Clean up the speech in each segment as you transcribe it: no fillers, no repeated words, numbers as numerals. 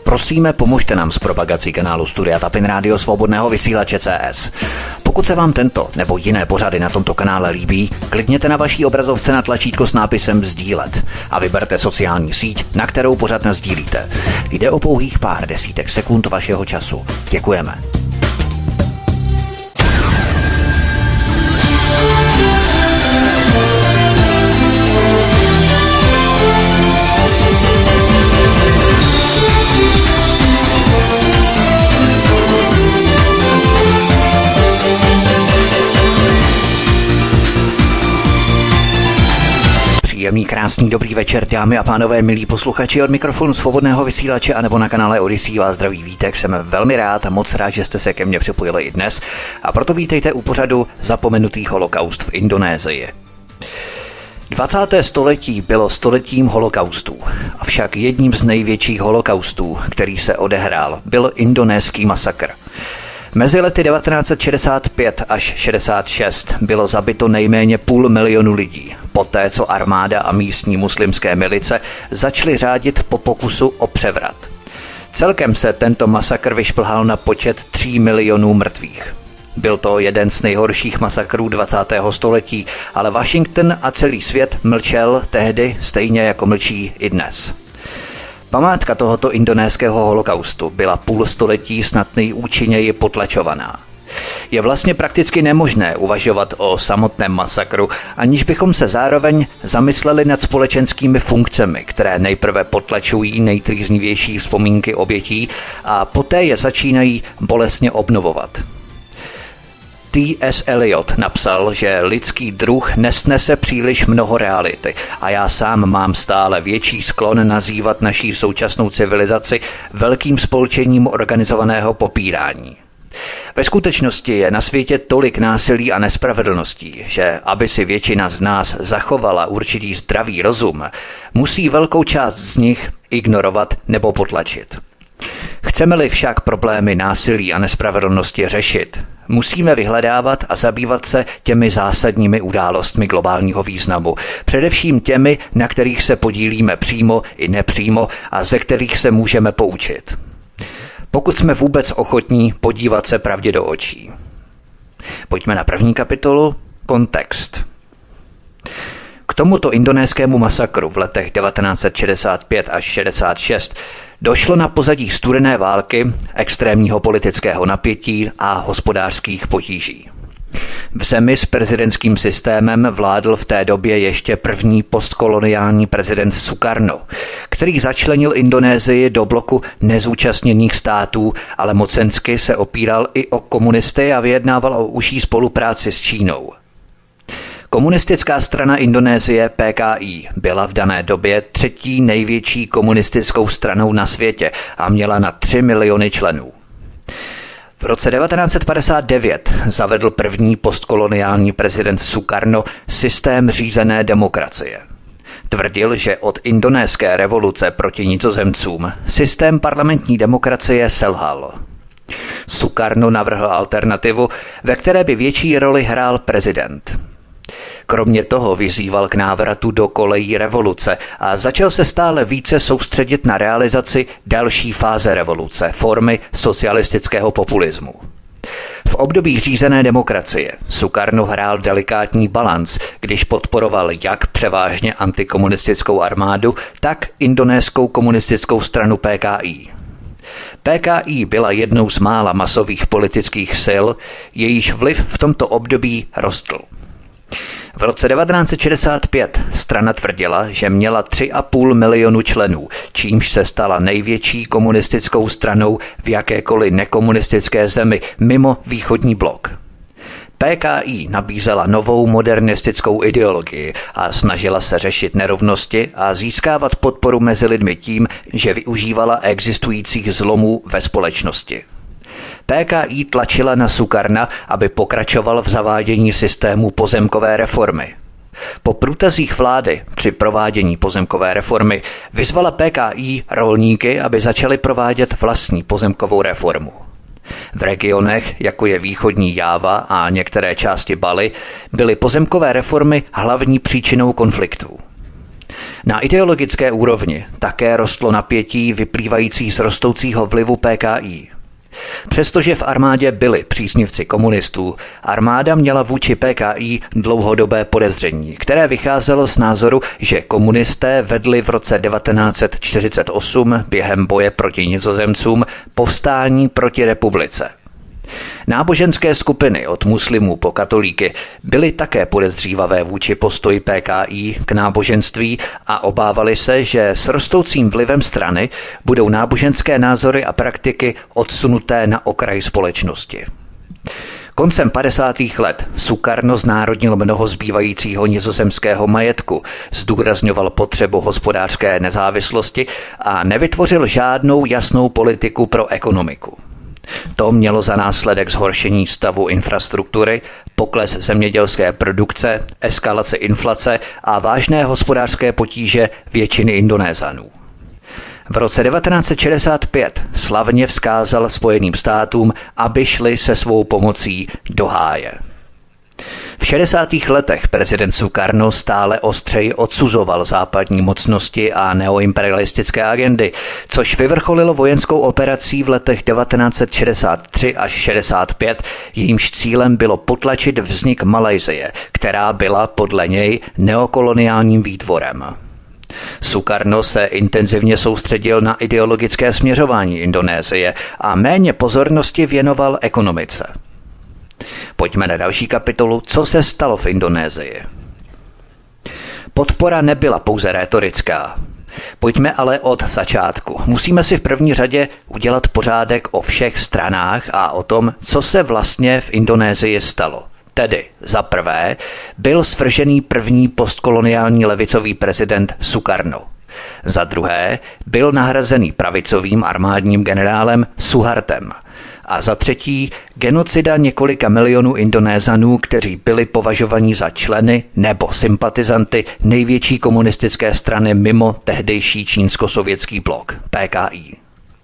Prosíme, pomožte nám s propagací kanálu Studia Tapin Rádio Svobodného vysílače CS. Pokud se vám tento nebo jiné pořady na tomto kanále líbí, klikněte na vaší obrazovce na tlačítko s nápisem sdílet a vyberte sociální síť, na kterou pořad nasdílíte. Jde o pouhých pár desítek sekund vašeho času. Děkujeme. Příjemný, krásný, dobrý večer, dámy a pánové, milí posluchači, od mikrofonu Svobodného vysílače anebo na kanále Odyssey vás zdraví Vítek. Jsem velmi rád a moc rád, že jste se ke mně připojili i dnes, a proto vítejte u pořadu Zapomenutý holokaust v Indonésii. 20. století bylo stoletím holokaustů, avšak jedním z největších holokaustů, který se odehrál, byl indonéský masakr. Mezi lety 1965 až 66 bylo zabito nejméně 500 000 lidí, poté co armáda a místní muslimské milice začaly řádit po pokusu o převrat. Celkem se tento masakr vyšplhal na počet 3 milionů mrtvých. Byl to jeden z nejhorších masakrů 20. století, ale Washington a celý svět mlčel tehdy stejně jako mlčí i dnes. Památka tohoto indonéského holokaustu byla půl století snad nejúčinněji potlačovaná. Je vlastně prakticky nemožné uvažovat o samotném masakru, aniž bychom se zároveň zamysleli nad společenskými funkcemi, které nejprve potlačují nejtrýznivější vzpomínky obětí a poté je začínají bolestně obnovovat. T.S. Eliot napsal, že lidský druh nesnese příliš mnoho reality a já sám mám stále větší sklon nazývat naší současnou civilizaci velkým spolčením organizovaného popírání. Ve skutečnosti je na světě tolik násilí a nespravedlností, že aby si většina z nás zachovala určitý zdravý rozum, musí velkou část z nich ignorovat nebo potlačit. Chceme-li však problémy násilí a nespravedlnosti řešit, musíme vyhledávat a zabývat se těmi zásadními událostmi globálního významu, především těmi, na kterých se podílíme přímo i nepřímo a ze kterých se můžeme poučit. Pokud jsme vůbec ochotní podívat se pravdě do očí. Pojďme na první kapitolu, kontext. K tomuto indonéskému masakru v letech 1965 až 66 došlo na pozadí studené války, extrémního politického napětí a hospodářských potíží. V zemi s prezidentským systémem vládl v té době ještě první postkoloniální prezident Sukarno, který začlenil Indonésii do bloku nezúčastněných států, ale mocensky se opíral i o komunisty a vyjednával o užší spolupráci s Čínou. Komunistická strana Indonésie PKI byla v dané době třetí největší komunistickou stranou na světě a měla na 3 miliony členů. V roce 1959 zavedl první postkoloniální prezident Sukarno systém řízené demokracie. Tvrdil, že od indonéské revoluce proti Nizozemcům systém parlamentní demokracie selhal. Sukarno navrhl alternativu, ve které by větší roli hrál prezident. Kromě toho vyzýval k návratu do kolejí revoluce a začal se stále více soustředit na realizaci další fáze revoluce, formy socialistického populismu. V období řízené demokracie Sukarno hrál delikátní balanc, když podporoval jak převážně antikomunistickou armádu, tak indonéskou komunistickou stranu PKI. PKI byla jednou z mála masových politických sil, jejíž vliv v tomto období rostl. V roce 1965 strana tvrdila, že měla 3,5 milionu členů, čímž se stala největší komunistickou stranou v jakékoliv nekomunistické zemi mimo východní blok. PKI nabízela novou modernistickou ideologii a snažila se řešit nerovnosti a získávat podporu mezi lidmi tím, že využívala existujících zlomů ve společnosti. PKI tlačila na Sukarna, aby pokračoval v zavádění systému pozemkové reformy. Po průtazích vlády při provádění pozemkové reformy vyzvala PKI rolníky, aby začali provádět vlastní pozemkovou reformu. V regionech, jako je východní Jáva a některé části Bali, byly pozemkové reformy hlavní příčinou konfliktů. Na ideologické úrovni také rostlo napětí vyplývající z rostoucího vlivu PKI. Přestože v armádě byli příznivci komunistů, armáda měla vůči PKI dlouhodobé podezření, které vycházelo z názoru, že komunisté vedli v roce 1948 během boje proti Nizozemcům povstání proti republice. Náboženské skupiny od muslimů po katolíky byly také podezřívavé vůči postoji PKI k náboženství a obávali se, že s rostoucím vlivem strany budou náboženské názory a praktiky odsunuté na okraj společnosti. Koncem 50. let Sukarno znárodnil mnoho zbývajícího nizozemského majetku, zdůrazňoval potřebu hospodářské nezávislosti a nevytvořil žádnou jasnou politiku pro ekonomiku. To mělo za následek zhoršení stavu infrastruktury, pokles zemědělské produkce, eskalaci inflace a vážné hospodářské potíže většiny Indonésanů. V roce 1965 slavně vzkázal Spojeným státům, aby šli se svou pomocí do háje. V 60. letech prezident Sukarno stále ostřeji odsuzoval západní mocnosti a neoimperialistické agendy, což vyvrcholilo vojenskou operací v letech 1963 až 65, jejímž cílem bylo potlačit vznik Malajsie, která byla podle něj neokoloniálním výtvorem. Sukarno se intenzivně soustředil na ideologické směřování Indonésie a méně pozornosti věnoval ekonomice. Pojďme na další kapitolu, co se stalo v Indonésii. Podpora nebyla pouze rétorická. Pojďme ale od začátku. Musíme si v první řadě udělat pořádek o všech stranách a o tom, co se vlastně v Indonésii stalo. Tedy za prvé byl svržený první postkoloniální levicový prezident Sukarno. Za druhé byl nahrazený pravicovým armádním generálem Suhartem. A za třetí genocida několika milionů Indonésanů, kteří byli považovaní za členy nebo sympatizanty největší komunistické strany mimo tehdejší čínsko-sovětský blok, PKI.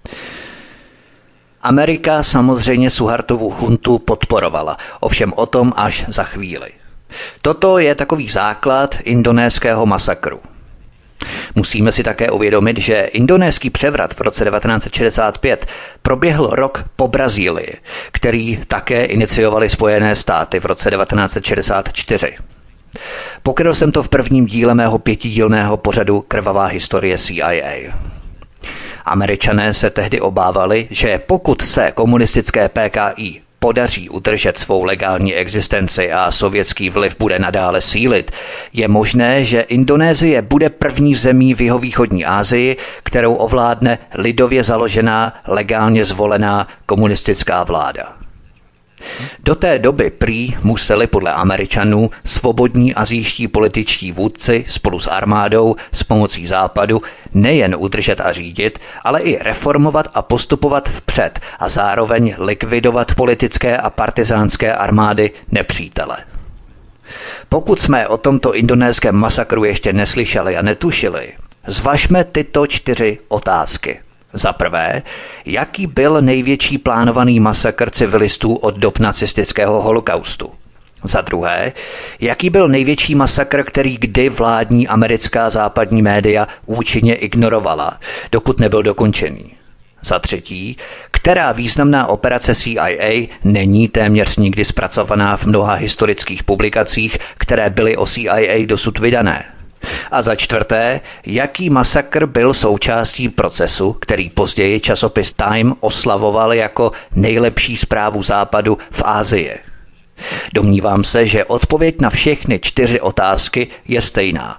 Amerika samozřejmě Suhartovu chuntu podporovala, ovšem o tom až za chvíli. Toto je takový základ indonéského masakru. Musíme si také uvědomit, že indonéský převrat v roce 1965 proběhl rok po Brazílii, který také iniciovaly Spojené státy v roce 1964. Pokryl jsem to v prvním díle mého 5dílného pořadu Krvavá historie CIA. Američané se tehdy obávali, že pokud se komunistické PKI podaří udržet svou legální existenci a sovětský vliv bude nadále sílit, je možné, že Indonésie bude první zemí v jihovýchodní Asii, kterou ovládne lidově založená, legálně zvolená komunistická vláda. Do té doby prý museli podle Američanů svobodní asijští političtí vůdci spolu s armádou s pomocí Západu nejen udržet a řídit, ale i reformovat a postupovat vpřed a zároveň likvidovat politické a partizánské armády nepřítele. Pokud jsme o tomto indonéském masakru ještě neslyšeli a netušili, zvažme tyto 4 otázky. Za prvé, jaký byl největší plánovaný masakr civilistů od dob nacistického holokaustu? Za druhé, jaký byl největší masakr, který kdy vládní americká západní média účinně ignorovala, dokud nebyl dokončený? Za třetí, která významná operace CIA není téměř nikdy zpracovaná v mnoha historických publikacích, které byly o CIA dosud vydané? A za čtvrté, jaký masakr byl součástí procesu, který později časopis Time oslavoval jako nejlepší zprávu Západu v Asii? Domnívám se, že odpověď na všechny 4 otázky je stejná.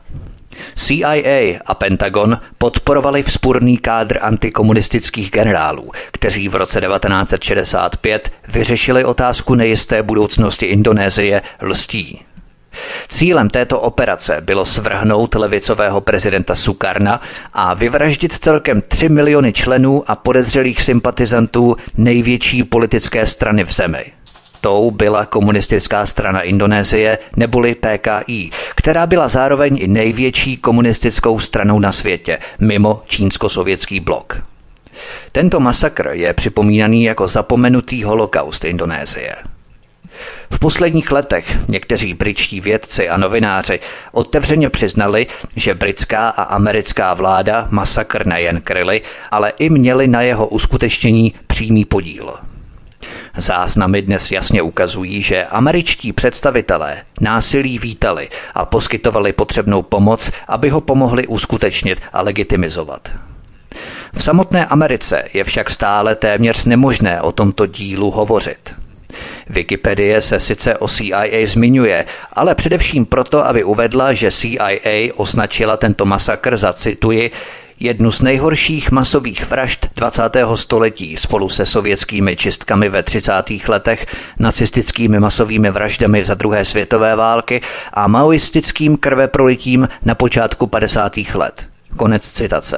CIA a Pentagon podporovali vzpurný kádr antikomunistických generálů, kteří v roce 1965 vyřešili otázku nejisté budoucnosti Indonésie lstí. Cílem této operace bylo svrhnout levicového prezidenta Sukarna a vyvraždit celkem 3 miliony členů a podezřelých sympatizantů největší politické strany v zemi. Tou byla komunistická strana Indonésie neboli PKI, která byla zároveň i největší komunistickou stranou na světě, mimo čínsko-sovětský blok. Tento masakr je připomínaný jako zapomenutý holokaust Indonésie. V posledních letech někteří britští vědci a novináři otevřeně přiznali, že britská a americká vláda masakr nejen kryly, ale i měli na jeho uskutečnění přímý podíl. Záznamy dnes jasně ukazují, že američtí představitelé násilí vítali a poskytovali potřebnou pomoc, aby ho pomohli uskutečnit a legitimizovat. V samotné Americe je však stále téměř nemožné o tomto dílu hovořit. Wikipedie se sice o CIA zmiňuje, ale především proto, aby uvedla, že CIA označila tento masakr za, cituji, jednu z nejhorších masových vražd 20. století spolu se sovětskými čistkami ve 30. letech, nacistickými masovými vraždami za druhé světové války a maoistickým krveprolitím na počátku 50. let. Konec citace.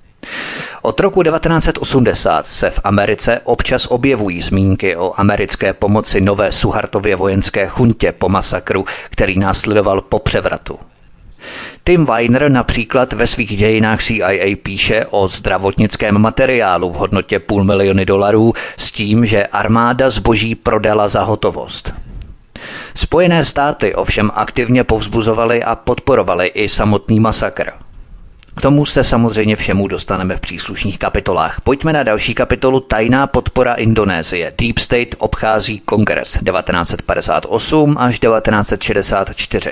Od roku 1980 se v Americe občas objevují zmínky o americké pomoci nové Suhartově vojenské chuntě po masakru, který následoval po převratu. Tim Weiner například ve svých dějinách CIA píše o zdravotnickém materiálu v hodnotě $500 000 s tím, že armáda zboží prodala za hotovost. Spojené státy ovšem aktivně povzbuzovaly a podporovaly i samotný masakr. K tomu se samozřejmě všemu dostaneme v příslušných kapitolách. Pojďme na další kapitolu Tajná podpora Indonésie. Deep State obchází kongres 1958 až 1964.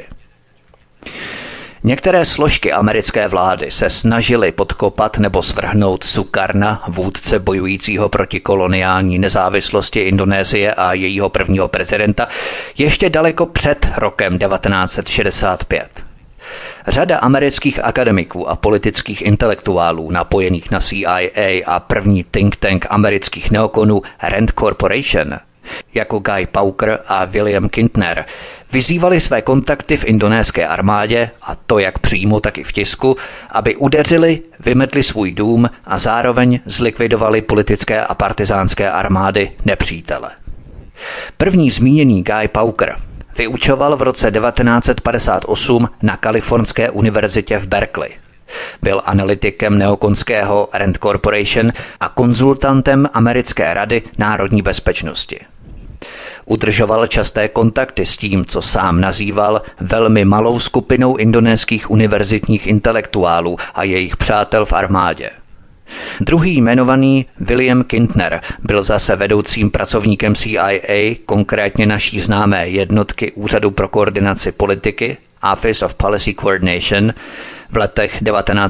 Některé složky americké vlády se snažily podkopat nebo svrhnout Sukarna, vůdce bojujícího proti koloniální nezávislosti Indonésie a jejího prvního prezidenta, ještě daleko před rokem 1965. Řada amerických akademiků a politických intelektuálů napojených na CIA a první think tank amerických neokonů Rand Corporation, jako Guy Pauker a William Kintner, vyzývali své kontakty v indonéské armádě, a to jak přímo, tak i v tisku, aby udeřili, vymetli svůj dům a zároveň zlikvidovali politické a partizánské armády nepřítele. První zmíněný Guy Pauker vyučoval v roce 1958 na Kalifornské univerzitě v Berkeley. Byl analytikem neokonského Rand Corporation a konzultantem Americké rady národní bezpečnosti. Udržoval časté kontakty s tím, co sám nazýval velmi malou skupinou indonéských univerzitních intelektuálů a jejich přátel v armádě. Druhý jmenovaný William Kintner byl zase vedoucím pracovníkem CIA, konkrétně naší známé jednotky Úřadu pro koordinaci politiky, Office of Policy Coordination, v letech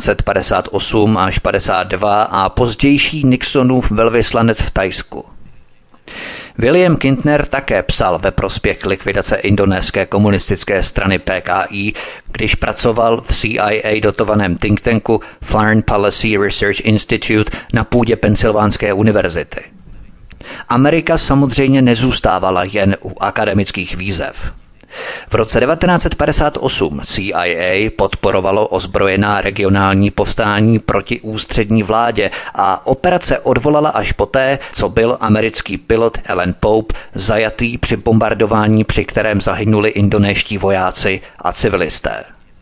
1958 až 52 a pozdější Nixonův velvyslanec v Thajsku. William Kintner také psal ve prospěch likvidace indonéské komunistické strany PKI, když pracoval v CIA dotovaném think tanku Foreign Policy Research Institute na půdě Pensylvánské univerzity. Amerika samozřejmě nezůstávala jen u akademických výzev. V roce 1958 CIA podporovalo ozbrojená regionální povstání proti ústřední vládě a operace odvolala až poté, co byl americký pilot Alan Pope zajatý při bombardování, při kterém zahynuli indonéští vojáci a civilisté.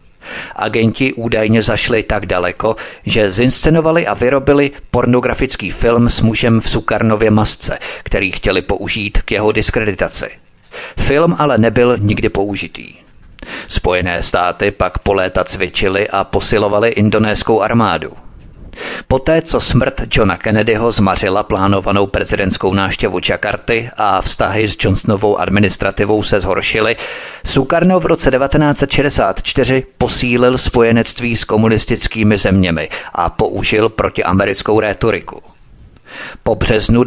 Agenti údajně zašli tak daleko, že zinscenovali a vyrobili pornografický film s mužem v Sukarnově masce, který chtěli použít k jeho diskreditaci. Film ale nebyl nikdy použitý. Spojené státy pak po léta cvičily a posilovaly indonéskou armádu. Poté, co smrt Johna Kennedyho zmařila plánovanou prezidentskou návštěvu Jakarty a vztahy s Johnsonovou administrativou se zhoršily, Sukarno v roce 1964 posílil spojenectví s komunistickými zeměmi a použil protiamerickou rétoriku. Po březnu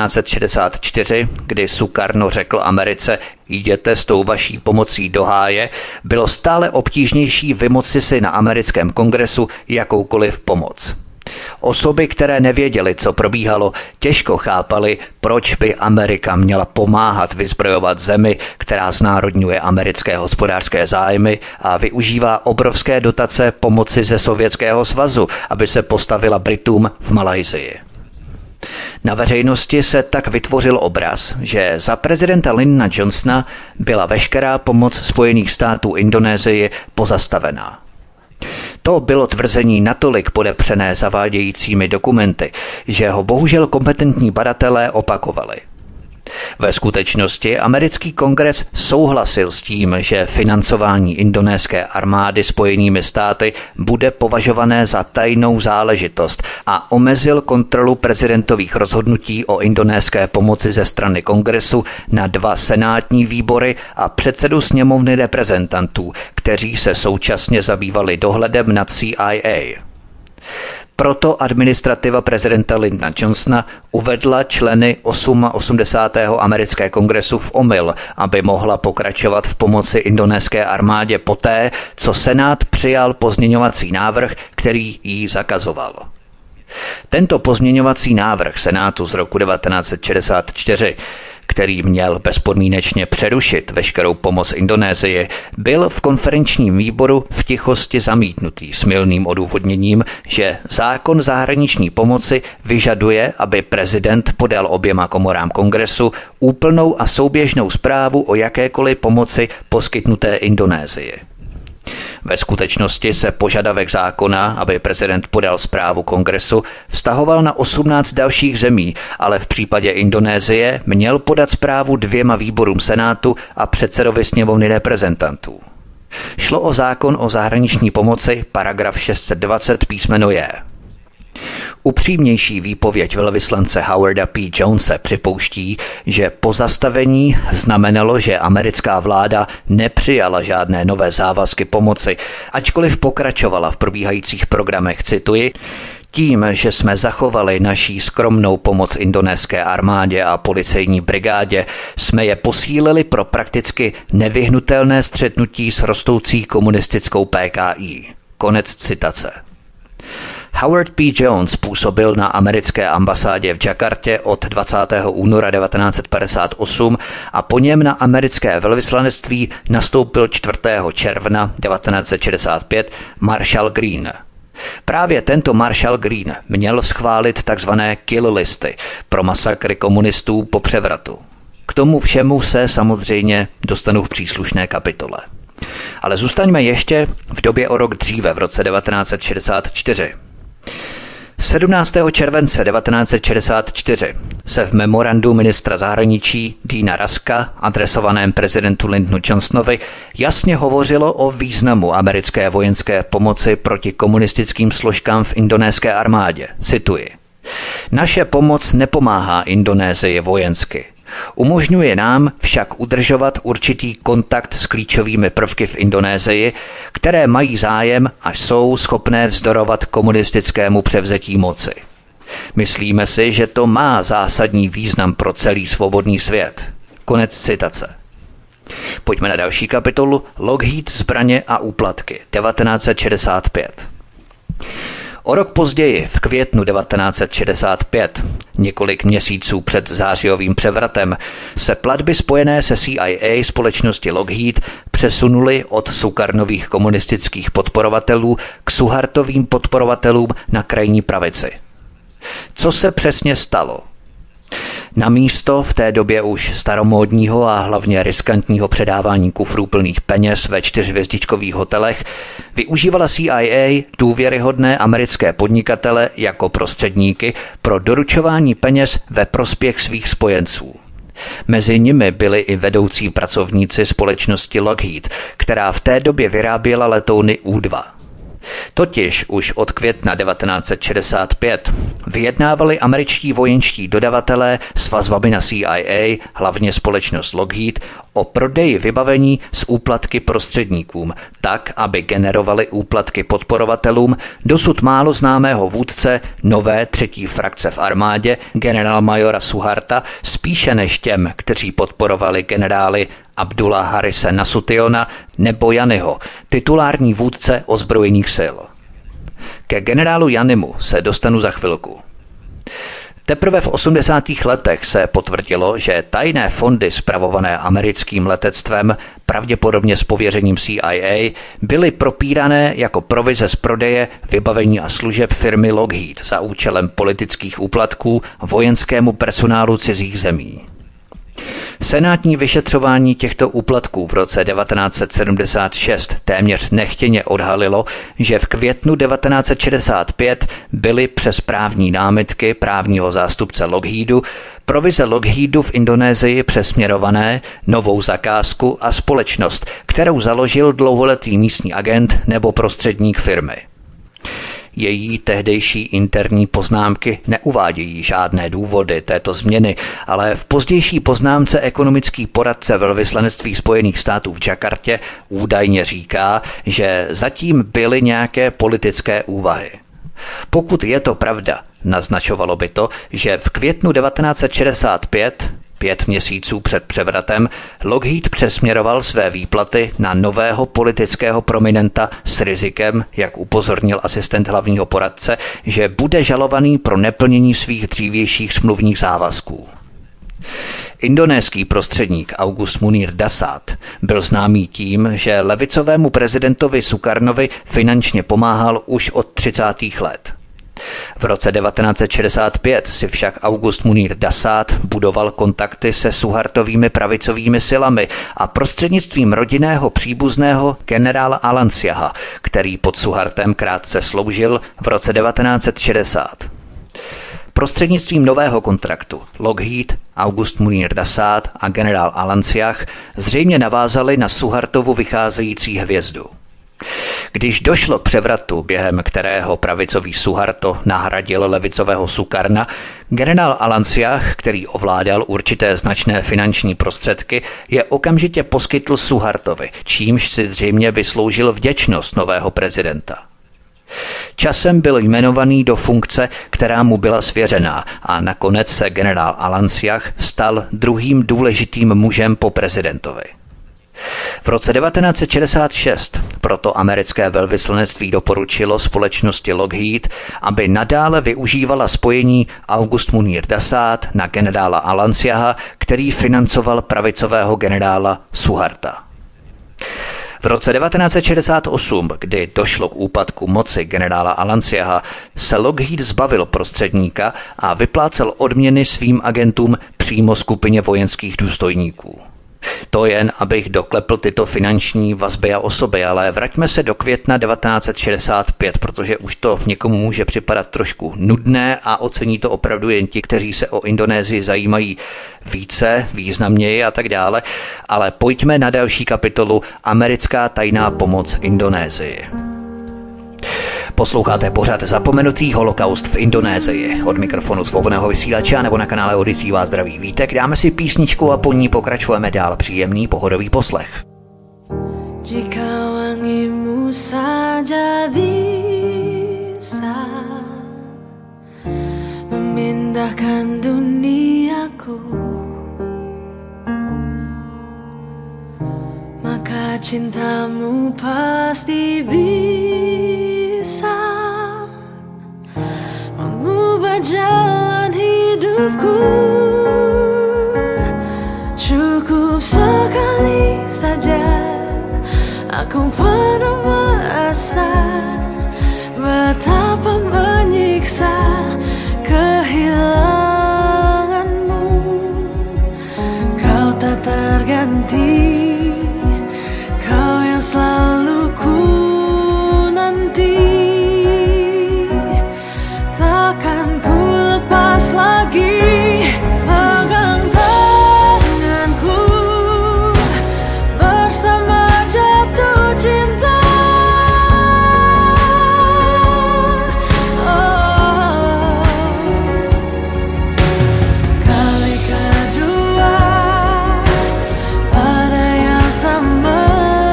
1964, kdy Sukarno řekl Americe, jděte s tou vaší pomocí do háje, bylo stále obtížnější vymoci si na americkém kongresu jakoukoliv pomoc. Osoby, které nevěděly, co probíhalo, těžko chápaly, proč by Amerika měla pomáhat vyzbrojovat zemi, která znárodňuje americké hospodářské zájmy a využívá obrovské dotace pomoci ze Sovětského svazu, aby se postavila Britům v Malajsii. Na veřejnosti se tak vytvořil obraz, že za prezidenta Lyndona Johnsona byla veškerá pomoc Spojených států Indonésii pozastavená. To bylo tvrzení natolik podepřené zavádějícími dokumenty, že ho bohužel kompetentní badatelé opakovali. Ve skutečnosti americký kongres souhlasil s tím, že financování indonéské armády Spojenými státy bude považované za tajnou záležitost a omezil kontrolu prezidentových rozhodnutí o indonéské pomoci ze strany kongresu na 2 senátní výbory a předsedu sněmovny reprezentantů, kteří se současně zabývali dohledem nad CIA. Proto administrativa prezidenta Lyndona Johnsona uvedla členy 88. americké kongresu v omyl, aby mohla pokračovat v pomoci indonéské armádě poté, co Senát přijal pozměňovací návrh, který jí zakazoval. Tento pozměňovací návrh Senátu z roku 1964, který měl bezpodmínečně přerušit veškerou pomoc Indonésii, byl v konferenčním výboru v tichosti zamítnutý s mylným odůvodněním, že zákon zahraniční pomoci vyžaduje, aby prezident podal oběma komorám kongresu úplnou a souběžnou zprávu o jakékoliv pomoci poskytnuté Indonésii. Ve skutečnosti se požadavek zákona, aby prezident podal zprávu kongresu, vztahoval na 18 dalších zemí, ale v případě Indonésie měl podat zprávu 2 výborům Senátu a předsedovi sněmovny reprezentantů. Šlo o zákon o zahraniční pomoci, paragraf 620 písmeno J. Upřímnější výpověď velvyslance Howarda P. Jonese připouští, že pozastavení znamenalo, že americká vláda nepřijala žádné nové závazky pomoci, ačkoliv pokračovala v probíhajících programech, cituji, tím, že jsme zachovali naší skromnou pomoc indonéské armádě a policejní brigádě, jsme je posílili pro prakticky nevyhnutelné střetnutí s rostoucí komunistickou PKI. Konec citace. Howard P. Jones působil na americké ambasádě v Jakartě od 20. února 1958 a po něm na americké velvyslanectví nastoupil 4. června 1965 Marshall Green. Právě tento Marshall Green měl schválit takzvané kill listy pro masakry komunistů po převratu. K tomu všemu se samozřejmě dostanu v příslušné kapitole. Ale zůstaňme ještě v době o rok dříve, v roce 1964. 17. července 1964 se v memorandu ministra zahraničí Deana Ruska, adresovaném prezidentu Lyndonu Johnsonovi, jasně hovořilo o významu americké vojenské pomoci proti komunistickým složkám v indonéské armádě. Cituji. Naše pomoc nepomáhá Indonésii vojensky. Umožňuje nám však udržovat určitý kontakt s klíčovými prvky v Indonésii, které mají zájem a jsou schopné vzdorovat komunistickému převzetí moci. Myslíme si, že to má zásadní význam pro celý svobodný svět. Konec citace. Pojďme na další kapitolu Lockheed, zbraně a úplatky 1965. O rok později, v květnu 1965, několik měsíců před zářijovým převratem, se platby spojené se CIA společnosti Lockheed přesunuly od Sukarnových komunistických podporovatelů k Suhartovým podporovatelům na krajní pravici. Co se přesně stalo? Na místo v té době už staromódního a hlavně riskantního předávání kufrů plných peněz ve 4hvězdičkových hotelech využívala CIA důvěryhodné americké podnikatele jako prostředníky pro doručování peněz ve prospěch svých spojenců. Mezi nimi byli i vedoucí pracovníci společnosti Lockheed, která v té době vyráběla letouny U-2. Totiž už od května 1965 vyjednávali američtí vojenští dodavatelé s vazbami na CIA, hlavně společnost Lockheed, o prodeji vybavení s úplatky prostředníkům, tak, aby generovali úplatky podporovatelům dosud málo známého vůdce nové 3. frakce v armádě, generálmajora Suharta, spíše než těm, kteří podporovali generály Abdullah Harise Nasutiona nebo Janiho, titulární vůdce ozbrojených sil. Ke generálu Janimu se dostanu za chvilku. Teprve v 80. letech se potvrdilo, že tajné fondy spravované americkým letectvem, pravděpodobně s pověřením CIA, byly propírané jako provize z prodeje vybavení a služeb firmy Lockheed za účelem politických úplatků vojenskému personálu cizích zemí. Senátní vyšetřování těchto úplatků v roce 1976 téměř nechtěně odhalilo, že v květnu 1965 byly přes právní námitky právního zástupce Lockheedu provize Lockheedu v Indonésii přesměrované, novou zakázku a společnost, kterou založil dlouholetý místní agent nebo prostředník firmy. Její tehdejší interní poznámky neuvádějí žádné důvody této změny, ale v pozdější poznámce ekonomický poradce velvyslanectví Spojených států v Jakartě údajně říká, že zatím byly nějaké politické úvahy. Pokud je to pravda, naznačovalo by to, že v květnu 1965, 5 měsíců před převratem, Lockheed přesměroval své výplaty na nového politického prominenta s rizikem, jak upozornil asistent hlavního poradce, že bude žalovaný pro neplnění svých dřívějších smluvních závazků. Indonéský prostředník August Munir Dasat byl známý tím, že levicovému prezidentovi Sukarnovi finančně pomáhal už od 30. let. V roce 1965 si však August Munir Dasat budoval kontakty se Suhartovými pravicovými silami a prostřednictvím rodinného příbuzného generála Alanciaha, který pod Suhartem krátce sloužil v roce 1960. Prostřednictvím nového kontraktu Lockheed, August Munir Dasat a generál Alanciah zřejmě navázali na Suhartovu vycházející hvězdu. Když došlo k převratu, během kterého pravicový Suharto nahradil levicového Sukarna, generál Alanciah, který ovládal určité značné finanční prostředky, je okamžitě poskytl Suhartovi, čímž si zřejmě vysloužil vděčnost nového prezidenta. Časem byl jmenovaný do funkce, která mu byla svěřená, a nakonec se generál Alanciah stal druhým důležitým mužem po prezidentovi. V roce 1966 proto americké velvyslanectví doporučilo společnosti Lockheed, aby nadále využívala spojení August Munir Dasat na generála Alanciaha, který financoval pravicového generála Suharta. V roce 1968, kdy došlo k úpadku moci generála Alanciaha, se Lockheed zbavil prostředníka a vyplácel odměny svým agentům přímo skupině vojenských důstojníků. To jen, abych doklepl tyto finanční vazby a osoby, ale vraťme se do května 1965, protože už to někomu může připadat trošku nudné a ocení to opravdu jen ti, kteří se o Indonésii zajímají více, významněji a tak dále, ale pojďme na další kapitolu Americká tajná pomoc Indonésii. Posloucháte pořad Zapomenutý holokaust v Indonésii. Od mikrofonu Svobodného vysílače nebo na kanále Odyssey vás zdraví Vítek. Dáme si písničku a po ní pokračujeme dál. Příjemný pohodový poslech. Jika wangimu saja bisa memindahkan duniaku, maka cintamu pasti bisa mengubah jalan hidupku. Cukup sekali saja aku pernah merasa betapa menyiksa kehilanganmu. Kau tak terganti, kau yang selalu ku nanti. Takkan ku lepas lagi pegang tanganku bersama jatuh cinta. Oh, kali kedua pada yang sama.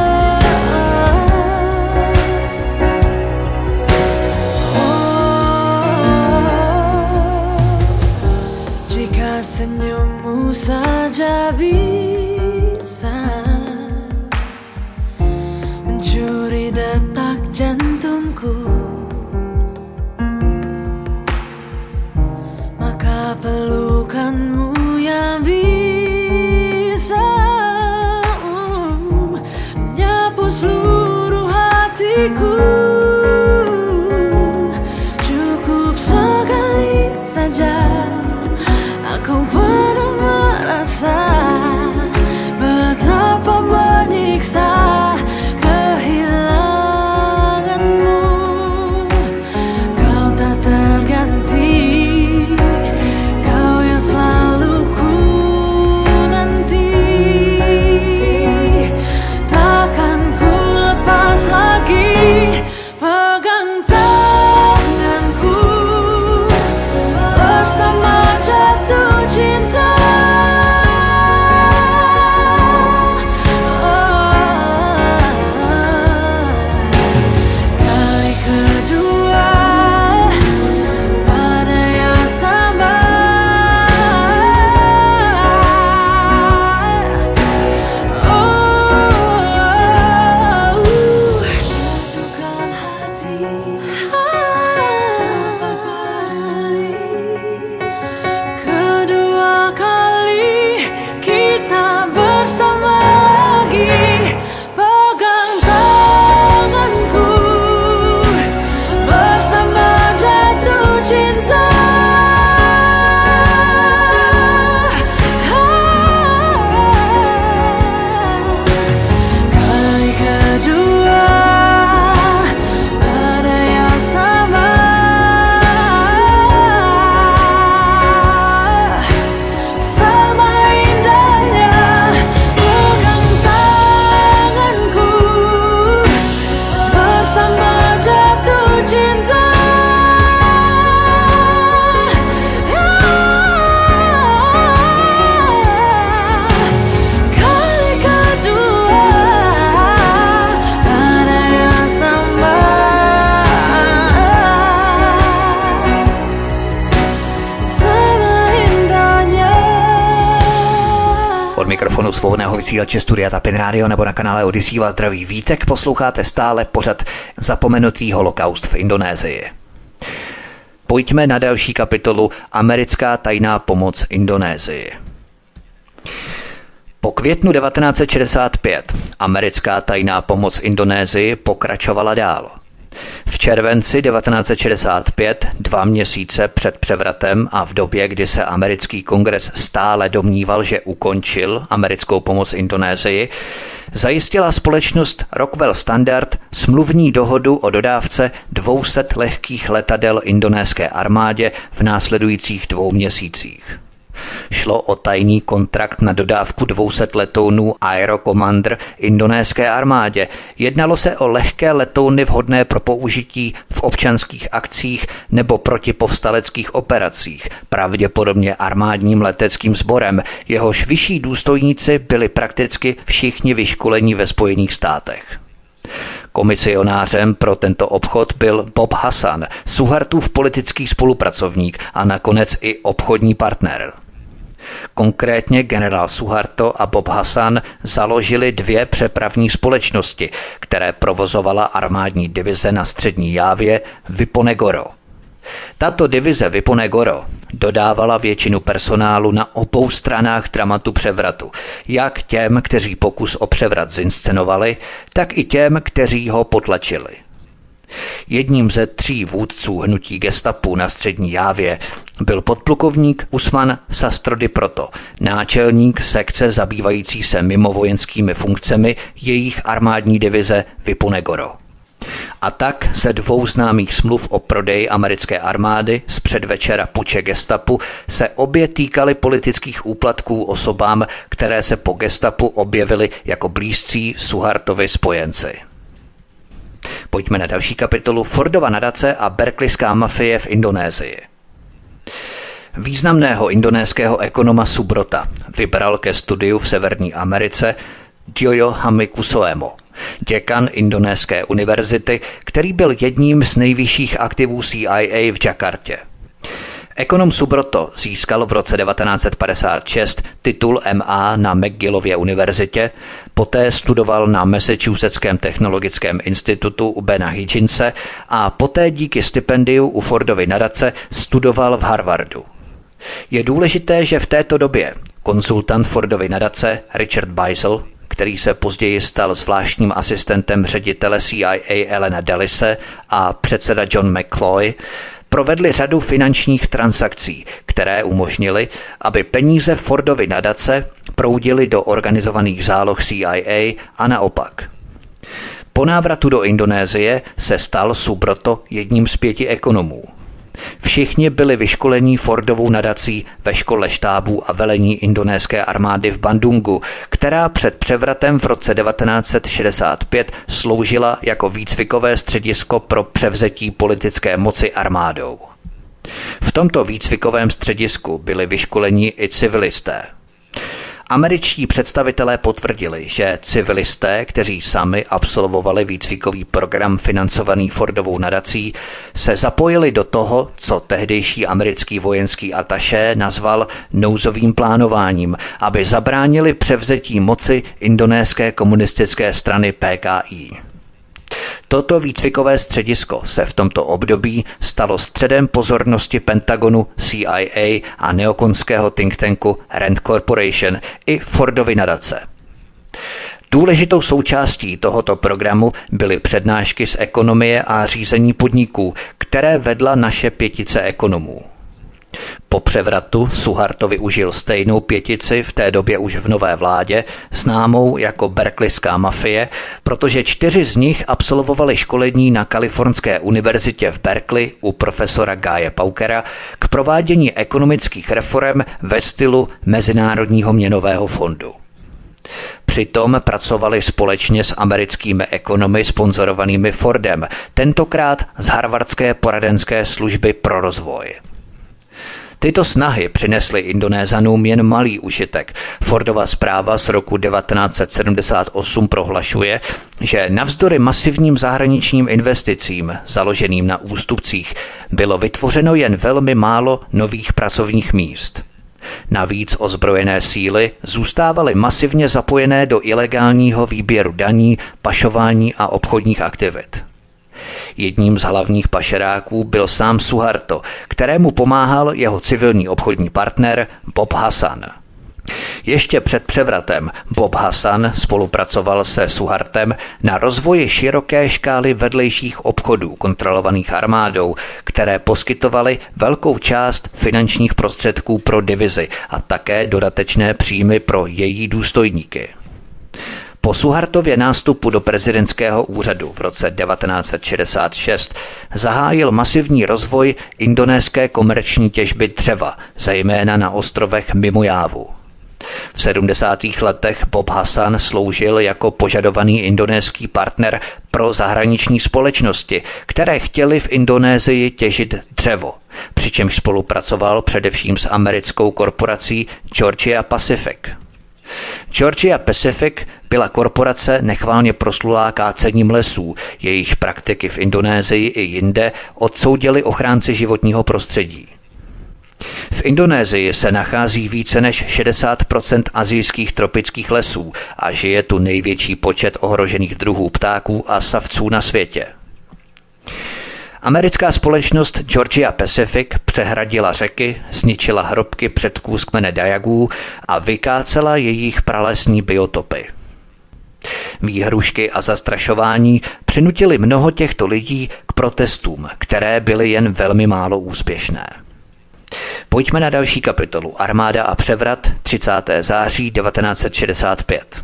Jika senyummu saja bisa mencuri detak jantungku, maka pelukanmu yang bisa menyapu seluruh hatiku. Cukup sekali saja aku pernah merasa mikrofonu svobodného vysílače Studia Tapin Radio nebo na kanále Odyssey vás zdraví Vítek. Posloucháte stále pořad Zapomenutý holokaust v Indonésii. Pojďme na další kapitolu Americká tajná pomoc Indonésii. Po květnu 1965 americká tajná pomoc Indonésii pokračovala dál. V červenci 1965, 2 měsíce před převratem a v době, kdy se americký kongres stále domníval, že ukončil americkou pomoc Indonésii, zajistila společnost Rockwell Standard smluvní dohodu o dodávce 200 lehkých letadel indonéské armádě v následujících 2 měsících. Šlo o tajný kontrakt na dodávku 200 letounů Aero Commander indonéské armádě. Jednalo se o lehké letouny vhodné pro použití v občanských akcích nebo protipovstaleckých operacích, pravděpodobně armádním leteckým sborem, jehož vyšší důstojníci byli prakticky všichni vyškolení ve Spojených státech. Komisionářem pro tento obchod byl Bob Hassan, Suhartův politický spolupracovník a nakonec i obchodní partner. Konkrétně generál Suharto a Bob Hassan založili 2 přepravní společnosti, které provozovala armádní divize na střední Jávě Viponegoro. Tato divize Viponegoro dodávala většinu personálu na obou stranách dramatu převratu, jak těm, kteří pokus o převrat zinscenovali, tak i těm, kteří ho potlačili. Jedním ze 3 vůdců hnutí gestapu na střední Jávě byl podplukovník Usman Sastrody Proto, náčelník sekce zabývající se mimovojenskými funkcemi jejich armádní divize Viponegoro. A tak se 2 známých smluv o prodeji americké armády z předvečera puče gestapu se obě týkaly politických úplatků osobám, které se po gestapu objevily jako blízcí Suhartovi spojenci. Pojďme na další kapitolu Fordova nadace a berkeleyská mafie v Indonésii. Významného indonéského ekonoma Subrota vybral ke studiu v Severní Americe Giojo Hamikusoemo, děkan Indonéské univerzity, který byl jedním z nejvyšších aktivů CIA v Jakartě. Ekonom Subroto získal v roce 1956 titul MA na McGillově univerzitě, poté studoval na Massachusettském technologickém institutu u Bena Higginse a poté díky stipendiu u Fordovy nadace studoval v Harvardu. Je důležité, že v této době konzultant Fordovy nadace Richard Beisel, který se později stal zvláštním asistentem ředitele CIA Elena Dellise a předseda John McCloy, provedli řadu finančních transakcí, které umožnily, aby peníze Fordovy nadace proudily do organizovaných záloh CIA a naopak. Po návratu do Indonésie se stal Subroto jedním z 5 ekonomů. Všichni byli vyškolení Fordovou nadací ve škole štábů a velení indonéské armády v Bandungu, která před převratem v roce 1965 sloužila jako výcvikové středisko pro převzetí politické moci armádou. V tomto výcvikovém středisku byli vyškolení i civilisté. Američtí představitelé potvrdili, že civilisté, kteří sami absolvovali výcvikový program financovaný Fordovou nadací, se zapojili do toho, co tehdejší americký vojenský atašé nazval nouzovým plánováním, aby zabránili převzetí moci indonéské komunistické strany PKI. Toto výcvikové středisko se v tomto období stalo středem pozornosti Pentagonu, CIA a neokonského think tanku Rand Corporation i Fordovy nadace. Důležitou součástí tohoto programu byly přednášky z ekonomie a řízení podniků, které vedla naše 5 ekonomů. Po převratu Suharto využil stejnou 5 v té době už v nové vládě, známou jako berkeleyská mafie, protože 4 z nich absolvovali školení na Kalifornské univerzitě v Berkeley u profesora Guye Paukera k provádění ekonomických reforem ve stylu Mezinárodního měnového fondu. Přitom pracovali společně s americkými ekonomy sponzorovanými Fordem, tentokrát z Harvardské poradenské služby pro rozvoj. Tyto snahy přinesly Indonézanům jen malý užitek. Fordova zpráva z roku 1978 prohlašuje, že navzdory masivním zahraničním investicím založeným na ústupcích bylo vytvořeno jen velmi málo nových pracovních míst. Navíc ozbrojené síly zůstávaly masivně zapojené do ilegálního výběru daní, pašování a obchodních aktivit. Jedním z hlavních pašeráků byl sám Suharto, kterému pomáhal jeho civilní obchodní partner Bob Hassan. Ještě před převratem Bob Hassan spolupracoval se Suhartem na rozvoji široké škály vedlejších obchodů kontrolovaných armádou, které poskytovaly velkou část finančních prostředků pro divizi a také dodatečné příjmy pro její důstojníky. Po Suhartově nástupu do prezidentského úřadu v roce 1966 zahájil masivní rozvoj indonéské komerční těžby dřeva, zejména na ostrovech mimo Jávu. V 70. letech Bob Hassan sloužil jako požadovaný indonéský partner pro zahraniční společnosti, které chtěly v Indonésii těžit dřevo, přičemž spolupracoval především s americkou korporací Georgia Pacific. Georgia Pacific byla korporace nechvalně proslulá kácením lesů, jejíž praktiky v Indonésii i jinde odsoudili ochránci životního prostředí. V Indonésii se nachází více než 60% asijských tropických lesů a žije tu největší počet ohrožených druhů ptáků a savců na světě. Americká společnost Georgia Pacific přehradila řeky, zničila hrobky předků z kmene Dayagů a vykácela jejich pralesní biotopy. Výhrušky a zastrašování přinutili mnoho těchto lidí k protestům, které byly jen velmi málo úspěšné. Pojďme na další kapitolu. Armáda a převrat 30. září 1965.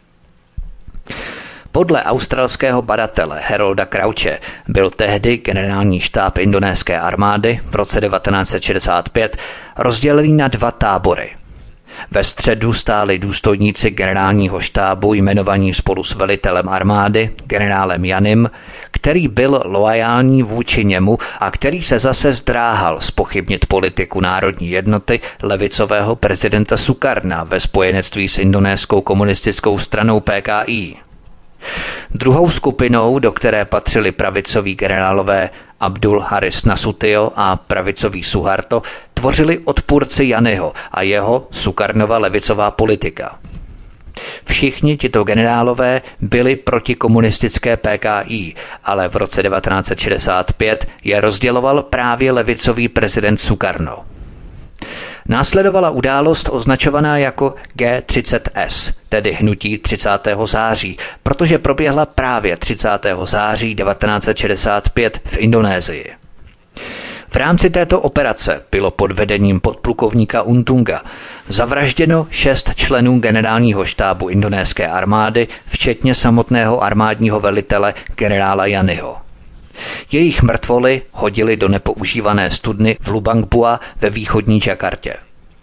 Podle australského badatele Harolda Crouche byl tehdy generální štáb indonéské armády v roce 1965 rozdělený na dva tábory. Ve středu stáli důstojníci generálního štábu jmenovaní spolu s velitelem armády, generálem Janim, který byl loajální vůči němu a který se zase zdráhal zpochybnit politiku národní jednoty levicového prezidenta Sukarna ve spojenectví s indonéskou komunistickou stranou PKI. Druhou skupinou, do které patřili pravicoví generálové Abdul Haris Nasution a pravicový Suharto, tvořili odpůrci Janiho a jeho Sukarnova levicová politika. Všichni tito generálové byli proti komunistické PKI, ale v roce 1965 je rozděloval právě levicový prezident Sukarno. Následovala událost označovaná jako G30S, tedy hnutí 30. září, protože proběhla právě 30. září 1965 v Indonésii. V rámci této operace bylo pod vedením podplukovníka Untunga zavražděno 6 členů generálního štábu indonéské armády, včetně samotného armádního velitele generála Janiho. Jejich mrtvoly hodili do nepoužívané studny v Lubang Bua ve východní Jakartě.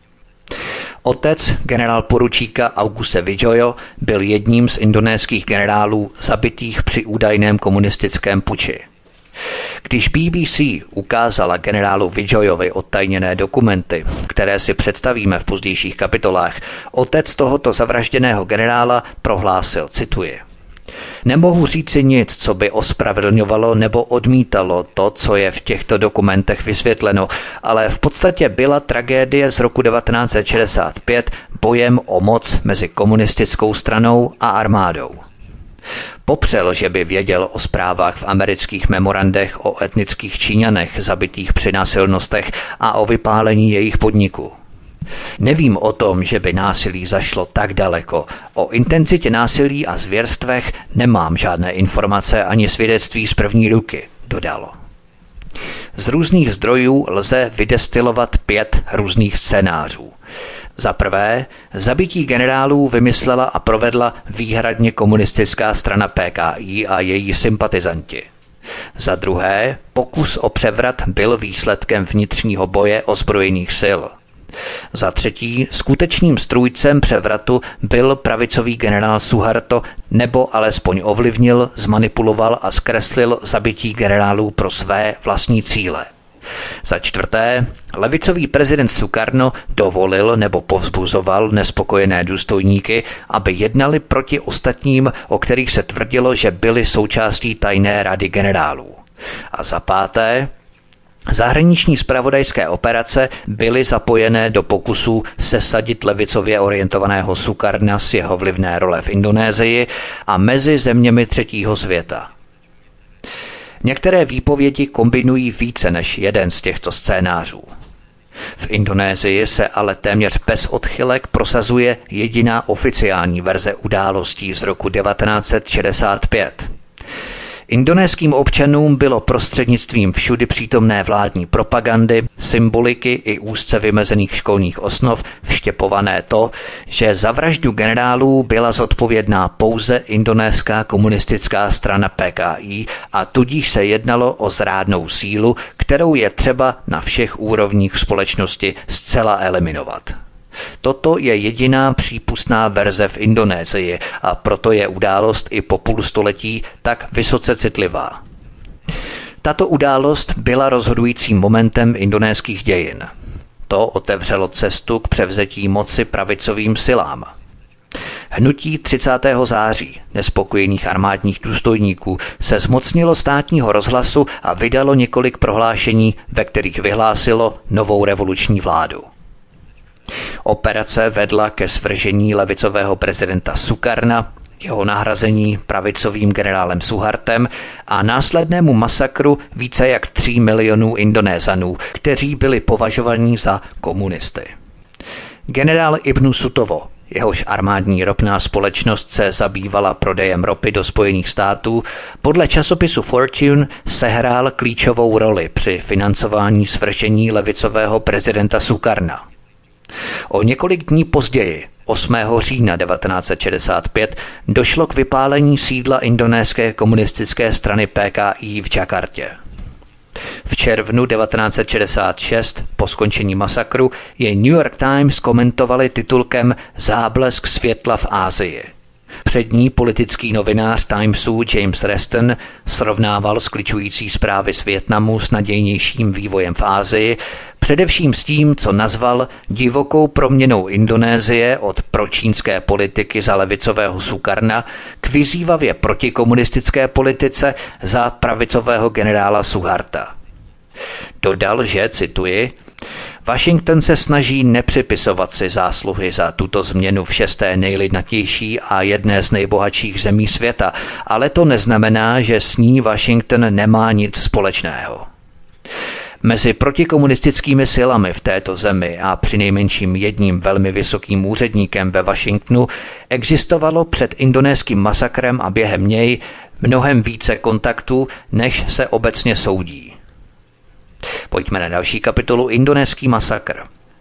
Otec generálporučíka Auguste Wijoyo byl jedním z indonéských generálů zabitých při údajném komunistickém puči. Když BBC ukázala generálu Wijoyovi odtajněné dokumenty, které si představíme v pozdějších kapitolách, otec tohoto zavražděného generála prohlásil, cituji: Nemohu říci nic, co by ospravedlňovalo nebo odmítalo to, co je v těchto dokumentech vysvětleno, ale v podstatě byla tragédie z roku 1965 bojem o moc mezi komunistickou stranou a armádou. Popřel, že by věděl o zprávách v amerických memorandech o etnických Číňanech zabitých při násilnostech a o vypálení jejich podniků. Nevím o tom, že by násilí zašlo tak daleko. O intenzitě násilí a zvěrstvech nemám žádné informace ani svědectví z první ruky, dodalo. Z různých zdrojů lze vydestilovat 5 různých scénářů. Za prvé, zabití generálů vymyslela a provedla výhradně komunistická strana PKI a její sympatizanti. Za druhé, pokus o převrat byl výsledkem vnitřního boje ozbrojených sil. Za třetí, skutečným strůjcem převratu byl pravicový generál Suharto, nebo alespoň ovlivnil, zmanipuloval a zkreslil zabití generálů pro své vlastní cíle. Za čtvrté, levicový prezident Sukarno dovolil nebo povzbuzoval nespokojené důstojníky, aby jednali proti ostatním, o kterých se tvrdilo, že byli součástí tajné rady generálů. A za páté, Zahraniční zpravodajské operace byly zapojené do pokusů sesadit levicově orientovaného Sukarna z jeho vlivné role v Indonésii a mezi zeměmi třetího světa. Některé výpovědi kombinují více než jeden z těchto scénářů. V Indonésii se ale téměř bez odchylek prosazuje jediná oficiální verze událostí z roku 1965. Indonéským občanům bylo prostřednictvím všudy přítomné vládní propagandy, symboliky i úzce vymezených školních osnov vštěpované to, že za vraždu generálů byla zodpovědná pouze indonéská komunistická strana PKI a tudíž se jednalo o zrádnou sílu, kterou je třeba na všech úrovních společnosti zcela eliminovat. Toto je jediná přípustná verze v Indonésii a proto je událost i po půlstoletí tak vysoce citlivá. Tato událost byla rozhodujícím momentem indonéských dějin. To otevřelo cestu k převzetí moci pravicovým silám. Hnutí 30. září nespokojených armádních důstojníků se zmocnilo státního rozhlasu a vydalo několik prohlášení, ve kterých vyhlásilo novou revoluční vládu. Operace vedla ke svržení levicového prezidenta Sukarna, jeho nahrazení pravicovým generálem Suhartem a následnému masakru více jak 3 milionů Indonézanů, kteří byli považovaní za komunisty. Generál Ibnu Sutowo, jehož armádní ropná společnost se zabývala prodejem ropy do Spojených států, podle časopisu Fortune sehrál klíčovou roli při financování svržení levicového prezidenta Sukarna. O několik dní později, 8. října 1965, došlo k vypálení sídla indonéské komunistické strany PKI v Jakartě. V červnu 1966, po skončení masakru, je New York Times komentovali titulkem Záblesk světla v Asii. Přední politický novinář Timesu James Reston srovnával skličující zprávy z Vietnamu s nadějnějším vývojem v Asii, především s tím, co nazval divokou proměnou Indonésie od pročínské politiky za levicového Sukarna k vyzývavě protikomunistické politice za pravicového generála Suharta. Dodal, že, cituji, Washington se snaží nepřipisovat si zásluhy za tuto změnu v 6. nejlidnatější a jedné z nejbohatších zemí světa, ale to neznamená, že s ní Washington nemá nic společného. Mezi protikomunistickými silami v této zemi a přinejmenším jedním velmi vysokým úředníkem ve Washingtonu existovalo před indonéským masakrem a během něj mnohem více kontaktů, než se obecně soudí. Pojďme na další kapitolu Indonéský masakr.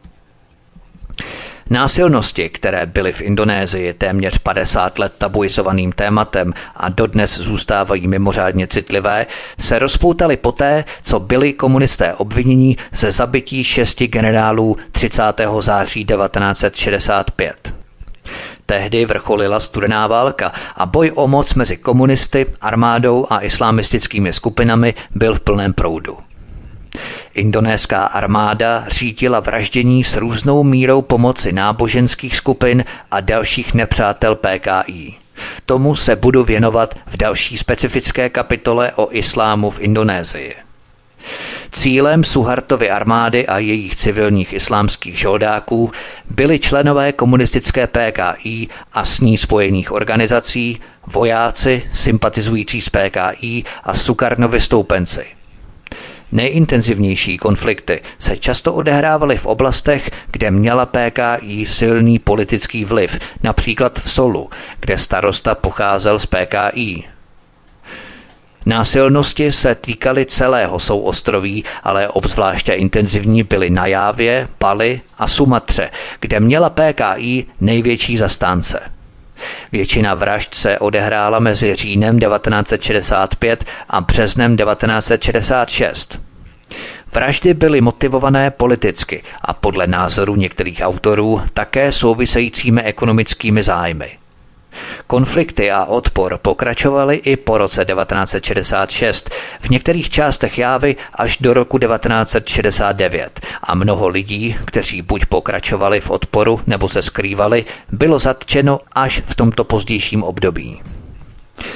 Násilnosti, které byly v Indonésii téměř 50 let tabuizovaným tématem a dodnes zůstávají mimořádně citlivé, se rozpoutaly poté, co byli komunisté obvinění ze zabití 6 generálů 30. září 1965. Tehdy vrcholila studená válka a boj o moc mezi komunisty, armádou a islamistickými skupinami byl v plném proudu. Indonéská armáda řídila vraždění s různou mírou pomoci náboženských skupin a dalších nepřátel PKI. Tomu se budu věnovat v další specifické kapitole o islámu v Indonésii. Cílem Suhartovy armády a jejich civilních islámských žoldáků byli členové komunistické PKI a s ní spojených organizací, vojáci sympatizující s PKI a Sukarnovi stoupenci. Nejintenzivnější konflikty se často odehrávaly v oblastech, kde měla PKI silný politický vliv, například v Solu, kde starosta pocházel z PKI. Násilnosti se týkaly celého souostroví, ale obzvláště intenzivní byly na Jávě, Bali a Sumatře, kde měla PKI největší zastánce. Většina vražd se odehrála mezi říjnem 1965 a březnem 1966. Vraždy byly motivované politicky a podle názoru některých autorů také souvisejícími ekonomickými zájmy. Konflikty a odpor pokračovaly i po roce 1966, v některých částech Jávy až do roku 1969 a mnoho lidí, kteří buď pokračovali v odporu nebo se skrývali, bylo zatčeno až v tomto pozdějším období.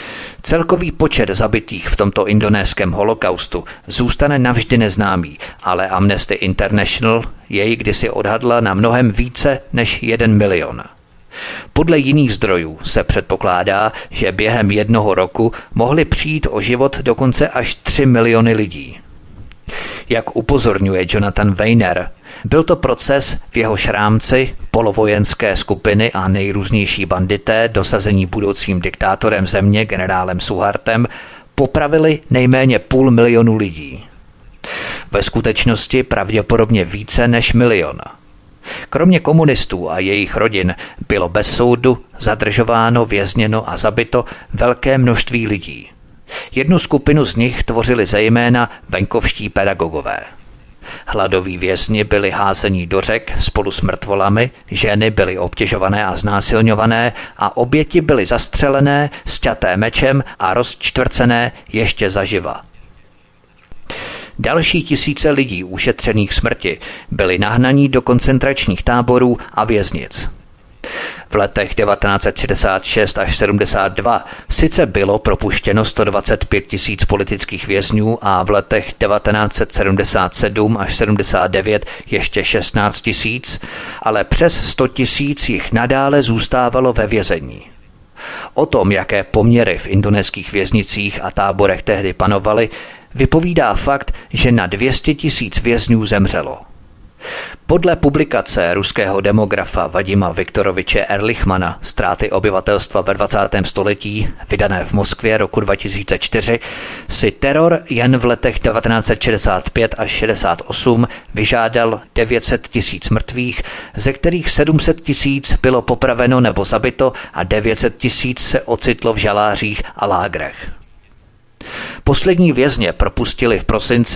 Celkový počet zabitých v tomto indonéském holokaustu zůstane navždy neznámý, ale Amnesty International jej kdysi odhadla na mnohem více než 1 milion. Podle jiných zdrojů se předpokládá, že během 1 roku mohli přijít o život dokonce až 3 miliony lidí. Jak upozorňuje Jonathan Weiner, byl to proces, v jehož rámci polovojenské skupiny a nejrůznější bandité dosazení budoucím diktátorem země generálem Suhartem popravili nejméně 500 000 lidí. Ve skutečnosti pravděpodobně více než 1 milion. Kromě komunistů a jejich rodin bylo bez soudu zadržováno, vězněno a zabito velké množství lidí. Jednu skupinu z nich tvořili zejména venkovští pedagogové. Hladoví vězni byli házeni do řek spolu s mrtvolami, ženy byly obtěžované a znásilňované a oběti byly zastřelené, sťaté mečem a rozčtvrcené ještě zaživa. Další tisíce lidí ušetřených smrti byli nahnaní do koncentračních táborů a věznic. V letech 1966 až 72 sice bylo propuštěno 125 000 politických vězňů a v letech 1977 až 79 ještě 16 000, ale přes 100 000 jich nadále zůstávalo ve vězení. O tom, jaké poměry v indonéských věznicích a táborech tehdy panovaly, vypovídá fakt, že na 200 000 vězňů zemřelo. Podle publikace ruského demografa Vadima Viktoroviče Erlichmana Ztráty obyvatelstva ve 20. století, vydané v Moskvě roku 2004, si teror jen v letech 1965 až 68 vyžádal 900 000 mrtvých, ze kterých 700 000 bylo popraveno nebo zabito a 900 000 se ocitlo v žalářích a lágrech. Poslední vězně propustili v prosinci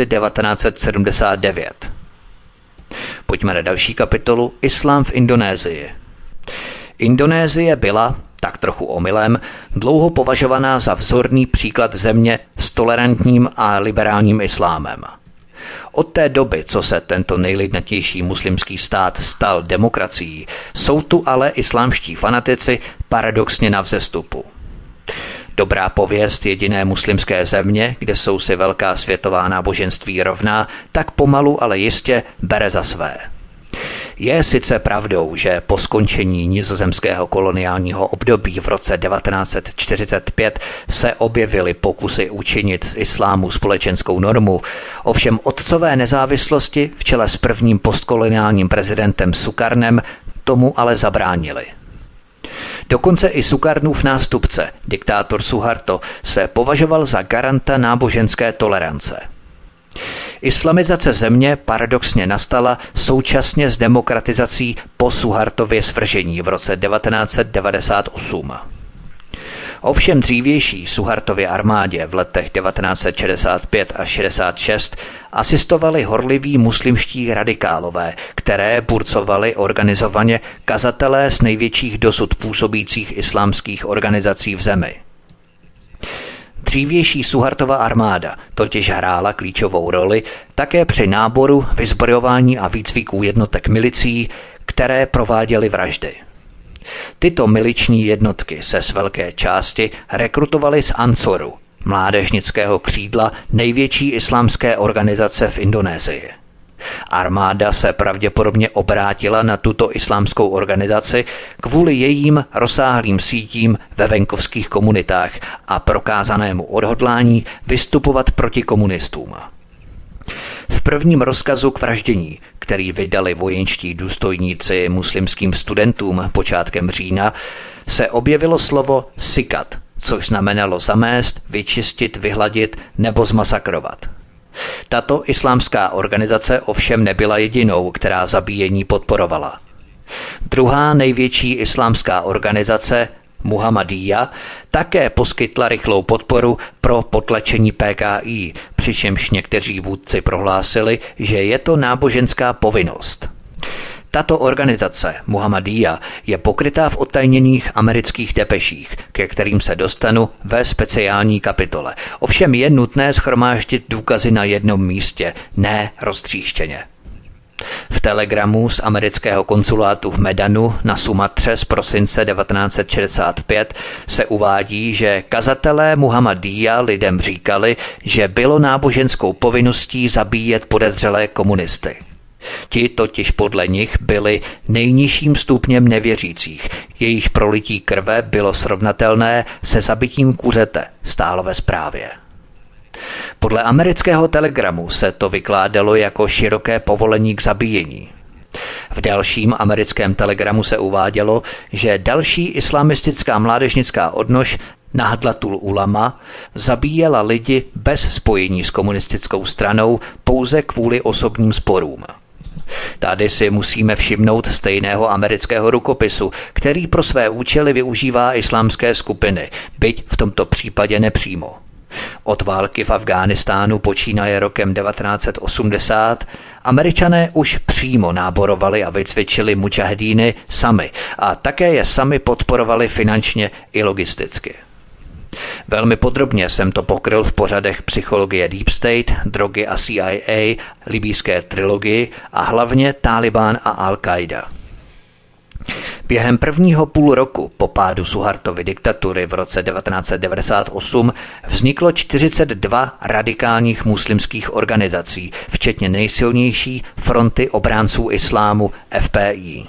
1979. Pojďme na další kapitolu Islám v Indonésii. Indonésie byla, tak trochu omylem, dlouho považovaná za vzorný příklad země s tolerantním a liberálním islámem. Od té doby, co se tento nejlidnatější muslimský stát stal demokracií, jsou tu ale islámští fanatici paradoxně na vzestupu. Dobrá pověst jediné muslimské země, kde jsou si velká světová náboženství rovná, tak pomalu, ale jistě bere za své. Je sice pravdou, že po skončení nizozemského koloniálního období v roce 1945 se objevily pokusy učinit z islámu společenskou normu, ovšem otcové nezávislosti v čele s prvním postkoloniálním prezidentem Sukarnem tomu ale zabránili. Dokonce i Sukarnův nástupce, diktátor Suharto, se považoval za garanta náboženské tolerance. Islamizace země paradoxně nastala současně s demokratizací po Suhartově svržení v roce 1998. Ovšem dřívější Suhartově armádě v letech 1965 až 66 asistovali horliví muslimští radikálové, které burcovali organizovaně kazatelé z největších dosud působících islámských organizací v zemi. Dřívější Suhartova armáda totiž hrála klíčovou roli také při náboru, vyzbrojování a výcviku jednotek milicí, které prováděly vraždy. Tyto miliční jednotky se z velké části rekrutovaly z Ansoru, mládežnického křídla největší islámské organizace v Indonésii. Armáda se pravděpodobně obrátila na tuto islámskou organizaci kvůli jejím rozsáhlým sítím ve venkovských komunitách a prokázanému odhodlání vystupovat proti komunistům. V prvním rozkazu k vraždění, který vydali vojenští důstojníci muslimským studentům počátkem října, se objevilo slovo sikat, což znamenalo zamést, vyčistit, vyhladit nebo zmasakrovat. Tato islámská organizace ovšem nebyla jedinou, která zabíjení podporovala. Druhá největší islámská organizace, Muhammadiyya, také poskytla rychlou podporu pro potlačení PKI, přičemž někteří vůdci prohlásili, že je to náboženská povinnost. Tato organizace, Muhammadiyya, je pokrytá v odtajněných amerických depeších, ke kterým se dostanu ve speciální kapitole. Ovšem je nutné shromáždit důkazy na jednom místě, ne roztříštěně. V telegramu z amerického konzulátu v Medanu na Sumatře z prosince 1965 se uvádí, že kazatelé Muhammadíja lidem říkali, že bylo náboženskou povinností zabíjet podezřelé komunisty. Ti totiž podle nich byli nejnižším stupněm nevěřících, jejíž prolití krve bylo srovnatelné se zabitím kuřete, stálo ve zprávě. Podle amerického telegramu se to vykládalo jako široké povolení k zabíjení. V dalším americkém telegramu se uvádělo, že další islamistická mládežnická odnož Nahdlatul Ulama zabíjela lidi bez spojení s komunistickou stranou pouze kvůli osobním sporům. Tady si musíme všimnout stejného amerického rukopisu, který pro své účely využívá islámské skupiny, byť v tomto případě nepřímo. Od války v Afghánistánu počínaje rokem 1980 Američané už přímo náborovali a vycvičili mudžahedíny sami a také je sami podporovali finančně i logisticky. Velmi podrobně jsem to pokryl v pořadech Psychologie Deep State, Drogy a CIA, Libýské trilogii a hlavně Tálibán a Al-Qaida. Během prvního půl roku po pádu Suhartovy diktatury v roce 1998 vzniklo 42 radikálních muslimských organizací, včetně nejsilnější Fronty obránců islámu FPI.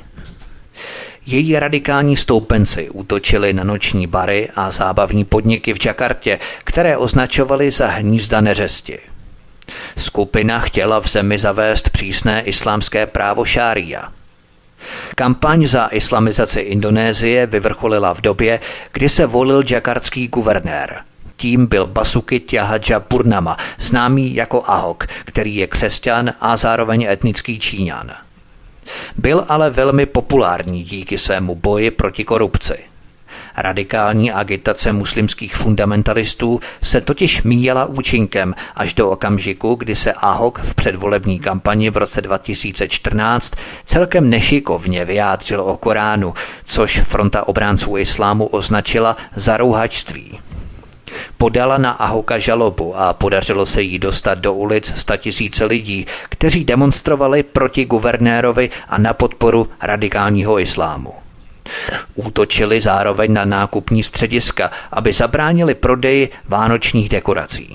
Její radikální stoupenci útočili na noční bary a zábavní podniky v Jakartě, které označovali za hnízda neřesti. Skupina chtěla v zemi zavést přísné islámské právo šária. Kampaň za islamizaci Indonésie vyvrcholila v době, kdy se volil jakartský guvernér. Tím byl Basuki Tjahadžapurnama, známý jako Ahok, který je křesťan a zároveň etnický Číňan. Byl ale velmi populární díky svému boji proti korupci. Radikální agitace muslimských fundamentalistů se totiž míjela účinkem až do okamžiku, kdy se Ahok v předvolební kampani v roce 2014 celkem nešikovně vyjádřil o Koránu, což Fronta obránců islámu označila za rouhačství. Podala na Ahoka žalobu a podařilo se jí dostat do ulic 100 000 lidí, kteří demonstrovali proti guvernérovi a na podporu radikálního islámu. Útočili zároveň na nákupní střediska, aby zabránili prodeji vánočních dekorací.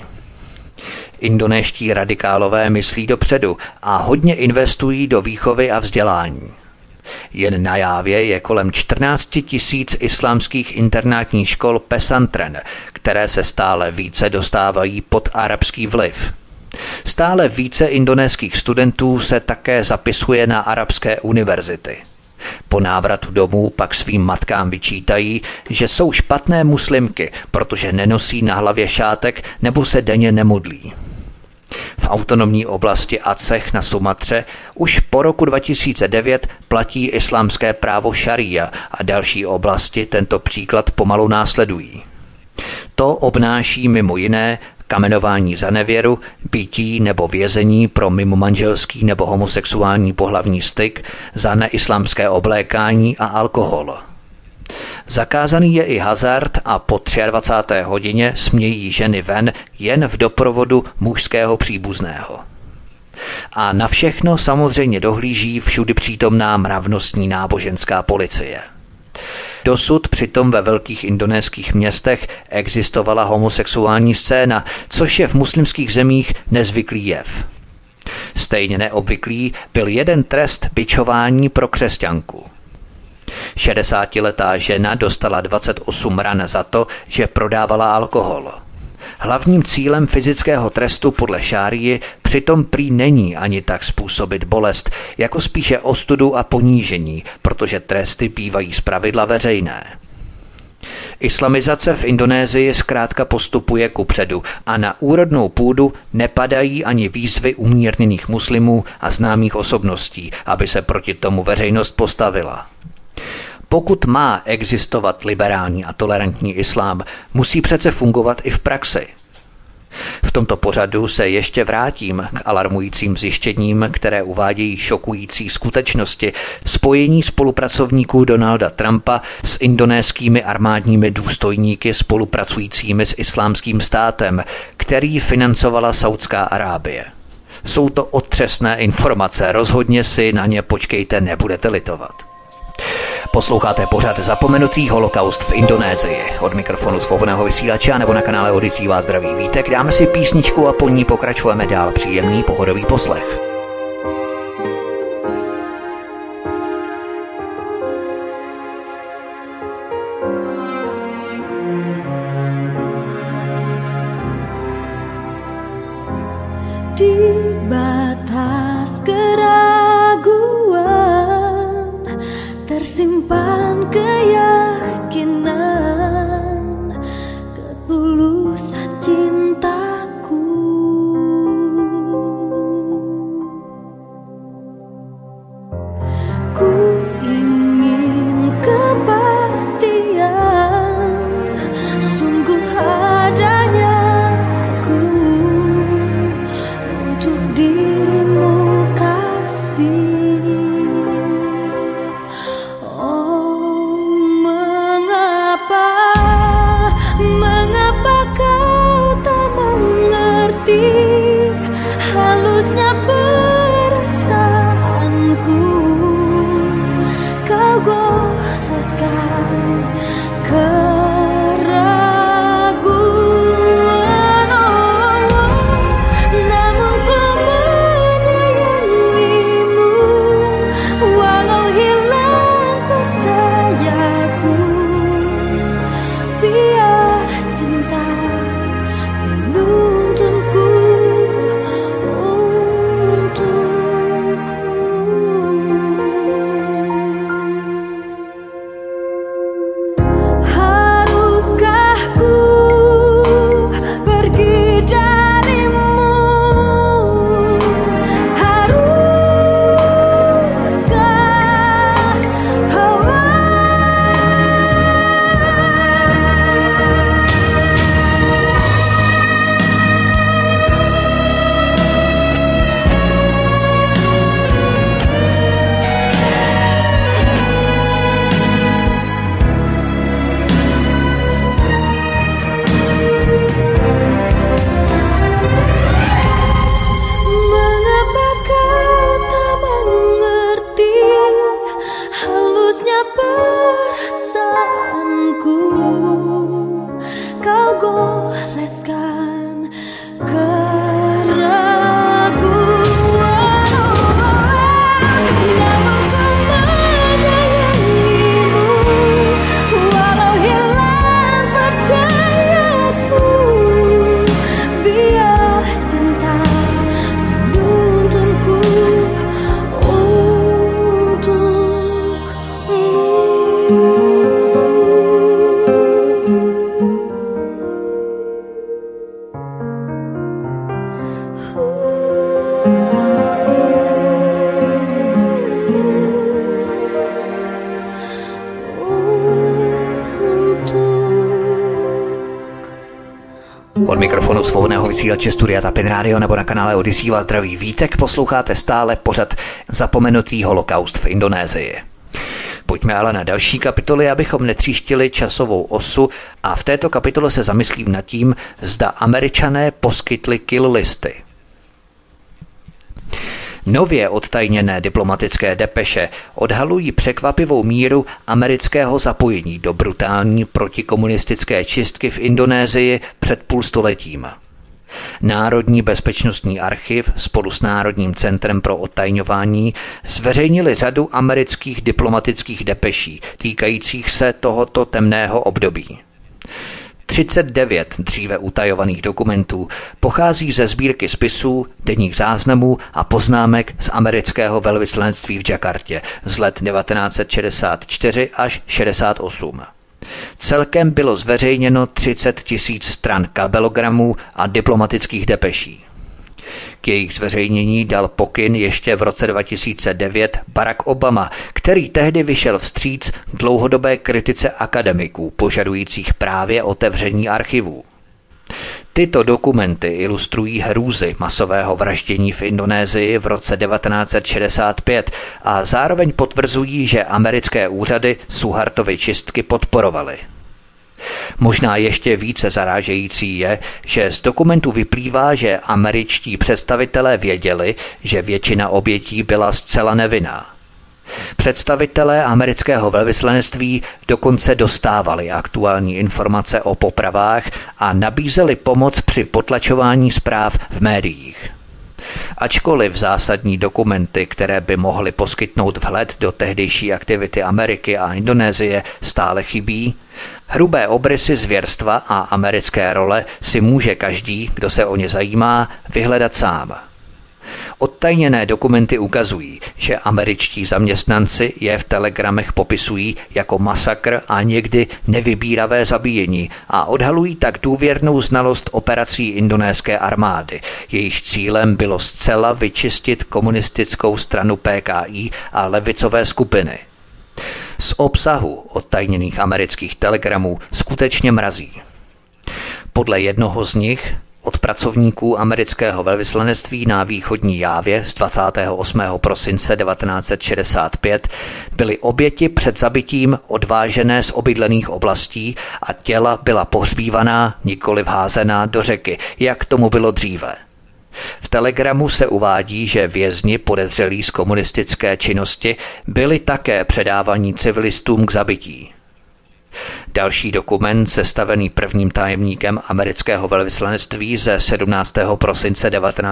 Indonéští radikálové myslí dopředu a hodně investují do výchovy a vzdělání. Jen na Jávě je kolem 14 000 islámských internátních škol pesantren, které se stále více dostávají pod arabský vliv. Stále více indonéských studentů se také zapisuje na arabské univerzity. Po návratu domů pak svým matkám vyčítají, že jsou špatné muslimky, protože nenosí na hlavě šátek nebo se denně nemodlí. V autonomní oblasti Aceh na Sumatře už po roku 2009 platí islámské právo šaría a další oblasti tento příklad pomalu následují. To obnáší mimo jiné kamenování za nevěru, bití nebo vězení pro mimomanželský nebo homosexuální pohlavní styk, za neislámské oblékání a alkohol. Zakázaný je i hazard a po 23. hodině smějí ženy ven jen v doprovodu mužského příbuzného. A na všechno samozřejmě dohlíží všudy přítomná mravnostní náboženská policie. Dosud přitom ve velkých indonéských městech existovala homosexuální scéna, což je v muslimských zemích nezvyklý jev. Stejně neobvyklý byl jeden trest bičování pro křesťanku. 60letá žena dostala 28 ran za to, že prodávala alkohol. Hlavním cílem fyzického trestu podle šárii přitom prý není ani tak způsobit bolest, jako spíše ostudu a ponížení, protože tresty bývají zpravidla veřejné. Islamizace v Indonésii zkrátka postupuje kupředu a na úrodnou půdu nepadají ani výzvy umírněných muslimů a známých osobností, aby se proti tomu veřejnost postavila. Pokud má existovat liberální a tolerantní islám, musí přece fungovat i v praxi. V tomto pořadu se ještě vrátím k alarmujícím zjištěním, které uvádějí šokující skutečnosti spojení spolupracovníků Donalda Trumpa s indonéskými armádními důstojníky spolupracujícími s Islámským státem, který financovala Saudská Arábie. Jsou to otřesné informace, rozhodně si na ně počkejte, nebudete litovat. Posloucháte pořad Zapomenutý holokaust v Indonésii. Od mikrofonu Svobodného vysílače nebo na kanále Odyssey vás zdraví Vítek. Dáme si písničku a po ní pokračujeme dál. Příjemný pohodový poslech. Di batas keraguan tersimpan keyakinan ketulusan cintaku. Ku ingin kepastian, sungguh adanya aku untuk dirimu kasih. Oh, mengapa kau tak mengerti halusnya perasaanku? Kau goreskan keraguan, namun ku menyayangimu walau hilang percayaku. Biar cinta menuntunku untukmu. Haruskah ku pergi darimu? Haruskah mengapa kau tak mengerti halusnya perasaanku? Kau goreskan keraguan, namun ku menyayangimu walau hilang percayaku. Biar cinta menuntunku Od mikrofonu Svobodného vysílače Studia Tapin Radio nebo na kanále Odyssey vás zdraví Vítek. Posloucháte stále pořad Zapomenutý holokaust v Indonésii. Pojďme ale na další kapitoly, abychom netříštili časovou osu, a v této kapitole se zamyslím nad tím, zda Američané poskytli kill listy. Nově odtajněné diplomatické depeše odhalují překvapivou míru amerického zapojení do brutální protikomunistické čistky v Indonésii před půlstoletím. Národní bezpečnostní archiv spolu s Národním centrem pro odtajňování zveřejnili řadu amerických diplomatických depeší týkajících se tohoto temného období. 39 dříve utajovaných dokumentů pochází ze sbírky spisů, denních záznamů a poznámek z amerického velvyslanectví v Jakartě z let 1964 až 68. Celkem bylo zveřejněno 30 000 stran kabelogramů a diplomatických depeší. K jejich zveřejnění dal pokyn ještě v roce 2009 Barack Obama, který tehdy vyšel vstříc dlouhodobé kritice akademiků požadujících právě otevření archivů. Tyto dokumenty ilustrují hrůzy masového vraždění v Indonésii v roce 1965 a zároveň potvrzují, že americké úřady Suhartovy čistky podporovaly. Možná ještě více zarážející je, že z dokumentu vyplývá, že američtí představitelé věděli, že většina obětí byla zcela nevinná. Představitelé amerického velvyslanectví dokonce dostávali aktuální informace o popravách a nabízeli pomoc při potlačování zpráv v médiích. Ačkoliv zásadní dokumenty, které by mohly poskytnout vhled do tehdejší aktivity Ameriky a Indonésie, stále chybí, hrubé obrysy zvěrstva a americké role si může každý, kdo se o ně zajímá, vyhledat sám. Odtajněné dokumenty ukazují, že američtí zaměstnanci je v telegramech popisují jako masakr a někdy nevybíravé zabíjení a odhalují tak důvěrnou znalost operací indonéské armády. Jejíž cílem bylo zcela vyčistit komunistickou stranu PKI a levicové skupiny. Z obsahu odtajněných amerických telegramů skutečně mrazí. Podle jednoho z nich, od pracovníků amerického velvyslanectví na východní Jávě z 28. prosince 1965 byly oběti před zabitím odvážené z obydlených oblastí a těla byla pohřbívaná, nikoli vházená do řeky, jak tomu bylo dříve. V telegramu se uvádí, že vězni podezřelí z komunistické činnosti byli také předávaní civilistům k zabití. Další dokument, sestavený prvním tajemníkem amerického velvyslanectví ze 17. prosince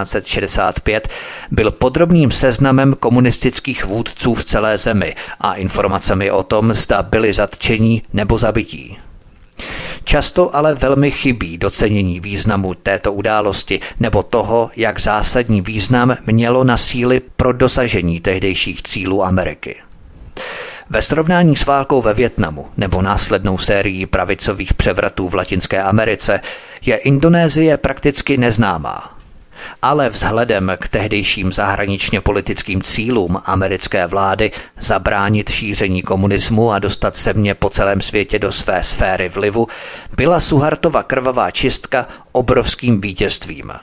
1965, byl podrobným seznamem komunistických vůdců v celé zemi a informacemi o tom, zda byli zatčení nebo zabití. Často ale velmi chybí docenění významu této události nebo toho, jak zásadní význam mělo na síly pro dosažení tehdejších cílů Ameriky. Ve srovnání s válkou ve Vietnamu nebo následnou sérií pravicových převratů v Latinské Americe je Indonésie prakticky neznámá. Ale vzhledem k tehdejším zahraničně politickým cílům americké vlády zabránit šíření komunismu a dostat země po celém světě do své sféry vlivu, byla Suhartova krvavá čistka obrovským vítězstvím.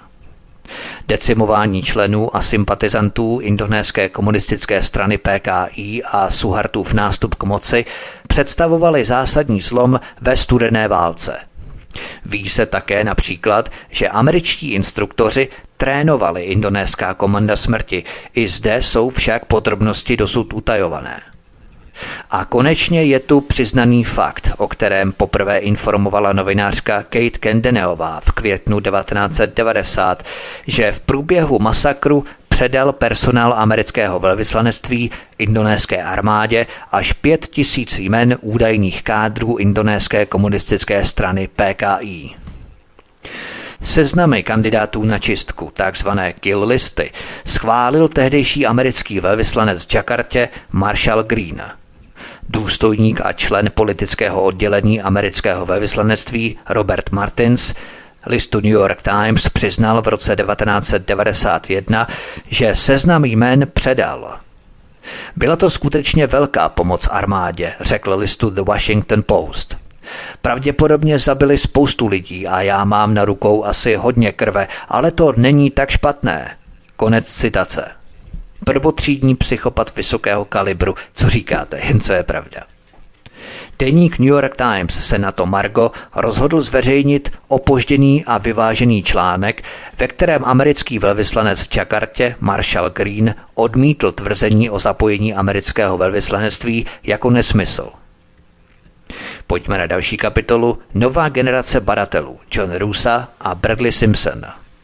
Decimování členů a sympatizantů indonéské komunistické strany PKI a Suhartův nástup k moci představovali zásadní zlom ve studené válce. Ví se také například, že američtí instruktoři trénovali indonéská komanda smrti, i zde jsou však podrobnosti dosud utajované. A konečně je tu přiznaný fakt, o kterém poprvé informovala novinářka Kate Kendeneová v květnu 1990, že v průběhu masakru předal personál amerického velvyslanectví indonéské armádě až 5000 jmen údajných kádrů indonéské komunistické strany PKI. Seznamy kandidátů na čistku, takzvané kill listy, schválil tehdejší americký velvyslanec v Jakartě Marshall Green. Důstojník a člen politického oddělení amerického velvyslanectví Robert Martins listu New York Times přiznal v roce 1991, že seznam jmen předal. Byla to skutečně velká pomoc armádě, řekl listu The Washington Post. Pravděpodobně zabili spoustu lidí a já mám na rukou asi hodně krve, ale to není tak špatné. Konec citace. Prvotřídní psychopat vysokého kalibru, co říkáte, jen co je pravda. Deník New York Times se na to margo rozhodl zveřejnit opožděný a vyvážený článek, ve kterém americký velvyslanec v Jakartě Marshall Green odmítl tvrzení o zapojení amerického velvyslanectví jako nesmysl. Pojďme na další kapitolu. Nová generace badatelů John Rusa a Bradley Simpson.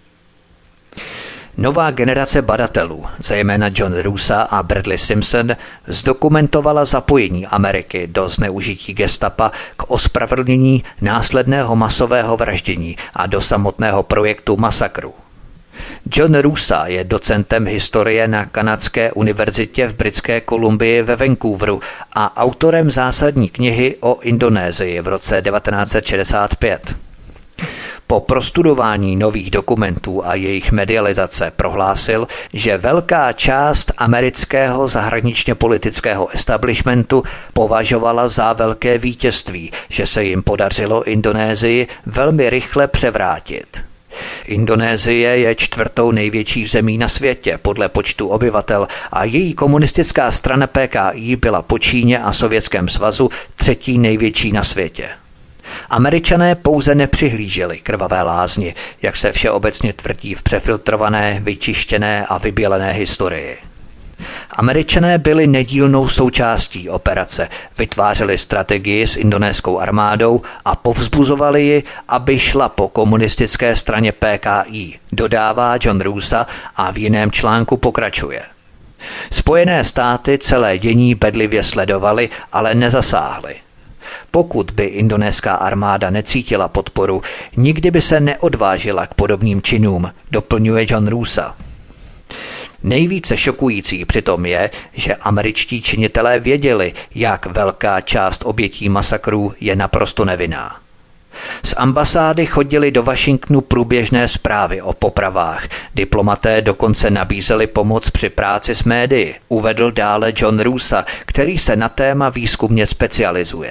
Nová generace badatelů, zejména John Rusa a Bradley Simpson, zdokumentovala zapojení Ameriky do zneužití gestapa k ospravedlnění následného masového vraždění a do samotného projektu masakru. John Rusa je docentem historie na Kanadské univerzitě v Britské Kolumbii ve Vancouveru a autorem zásadní knihy o Indonésii v roce 1965. Po prostudování nových dokumentů a jejich medializace prohlásil, že velká část amerického zahraničně politického establishmentu považovala za velké vítězství, že se jim podařilo Indonésii velmi rychle převrátit. Indonésie je 4. největší zemí na světě podle počtu obyvatel a její komunistická strana PKI byla po Číně a Sovětském svazu 3. největší na světě. Američané pouze nepřihlíželi krvavé lázni, jak se všeobecně tvrdí v přefiltrované, vyčištěné a vybělené historii. Američané byli nedílnou součástí operace, vytvářeli strategii s indonéskou armádou a povzbuzovali ji, aby šla po komunistické straně PKI, dodává John Roosa a v jiném článku pokračuje. Spojené státy celé dění bedlivě sledovaly, ale nezasáhly. Pokud by indonéská armáda necítila podporu, nikdy by se neodvážila k podobným činům, doplňuje John Roosa. Nejvíce šokující přitom je, že američtí činitelé věděli, jak velká část obětí masakrů je naprosto nevinná. Z ambasády chodili do Washingtonu průběžné zprávy o popravách. Diplomaté dokonce nabízeli pomoc při práci s médii, uvedl dále John Roosa, který se na téma výzkumně specializuje.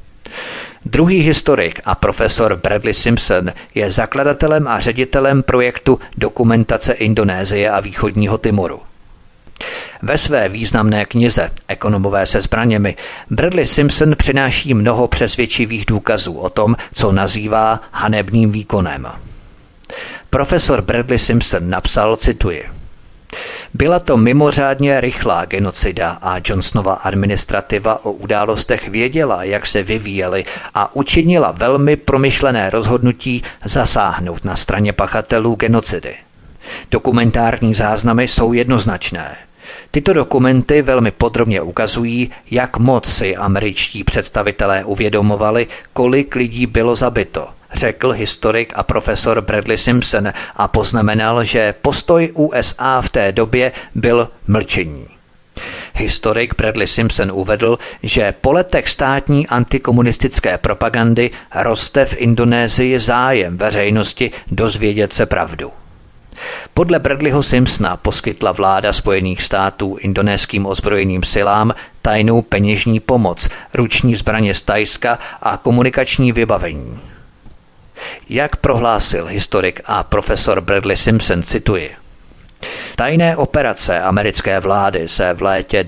Druhý historik a profesor Bradley Simpson je zakladatelem a ředitelem projektu Dokumentace Indonésie a východního Timoru. Ve své významné knize Ekonomové se zbraněmi Bradley Simpson přináší mnoho přesvědčivých důkazů o tom, co nazývá hanebným výkonem. Profesor Bradley Simpson napsal, cituji: Byla to mimořádně rychlá genocida a Johnsonova administrativa o událostech věděla, jak se vyvíjely a učinila velmi promyšlené rozhodnutí zasáhnout na straně pachatelů genocidy. Dokumentární záznamy jsou jednoznačné. Tyto dokumenty velmi podrobně ukazují, jak moc si američtí představitelé uvědomovali, kolik lidí bylo zabito, řekl historik a profesor Bradley Simpson a poznamenal, že postoj USA v té době byl mlčení. Historik Bradley Simpson uvedl, že po letech státní antikomunistické propagandy roste v Indonésii zájem veřejnosti dozvědět se pravdu. Podle Bradleyho Simpsona poskytla vláda Spojených států indonéským ozbrojeným silám tajnou peněžní pomoc, ruční zbraně z Thajska a komunikační vybavení. Jak prohlásil historik a profesor Bradley Simpson, cituji: Tajné operace americké vlády se v létě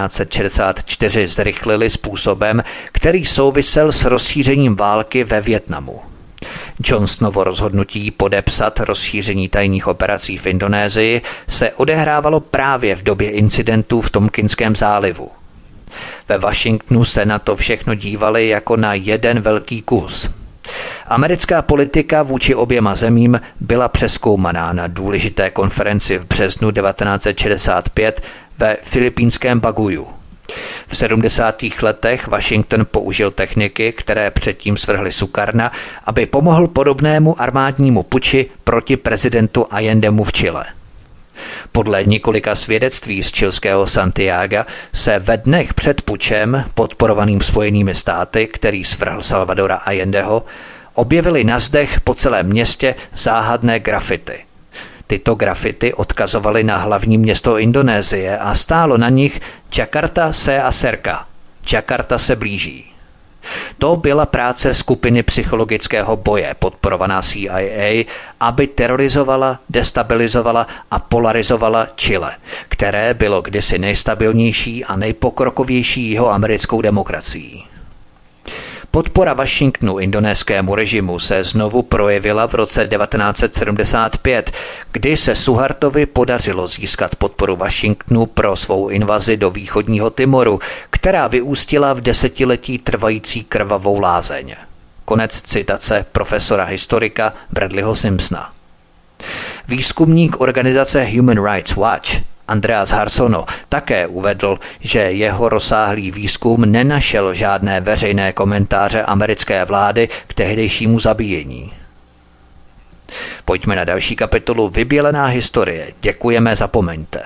1964 zrychlily způsobem, který souvisel s rozšířením války ve Vietnamu. Johnsonovo rozhodnutí podepsat rozšíření tajných operací v Indonésii se odehrávalo právě v době incidentů v Tomkinském zálivu. Ve Washingtonu se na to všechno dívali jako na jeden velký kus. Americká politika vůči oběma zemím byla přezkoumaná na důležité konferenci v březnu 1965 ve filipínském Baguju. V 70. letech Washington použil techniky, které předtím svrhly Sukarna, aby pomohl podobnému armádnímu puči proti prezidentu Allendemu v Chile. Podle několika svědectví z chilského Santiaga se ve dnech před pučem, podporovaným Spojenými státy, který svrhl Salvadora Allendeho, objevily na zdech po celém městě záhadné grafity. Tyto grafity odkazovaly na hlavní město Indonésie a stálo na nich Jakarta se acerca. Jakarta se blíží. To byla práce skupiny psychologického boje podporovaná CIA, aby terorizovala, destabilizovala a polarizovala Chile, které bylo kdysi nejstabilnější a nejpokrokovější jihoamerickou demokracií. Podpora Washingtonu indonéskému režimu se znovu projevila v roce 1975, kdy se Suhartovi podařilo získat podporu Washingtonu pro svou invazi do východního Timoru, která vyústila v desetiletí trvající krvavou lázeň. Konec citace profesora historika Bradleyho Simpsona. Výzkumník organizace Human Rights Watch Andreas Harsono také uvedl, že jeho rozsáhlý výzkum nenašel žádné veřejné komentáře americké vlády k tehdejšímu zabíjení. Pojďme na další kapitolu Vybělená historie. Děkujeme, zapomeňte.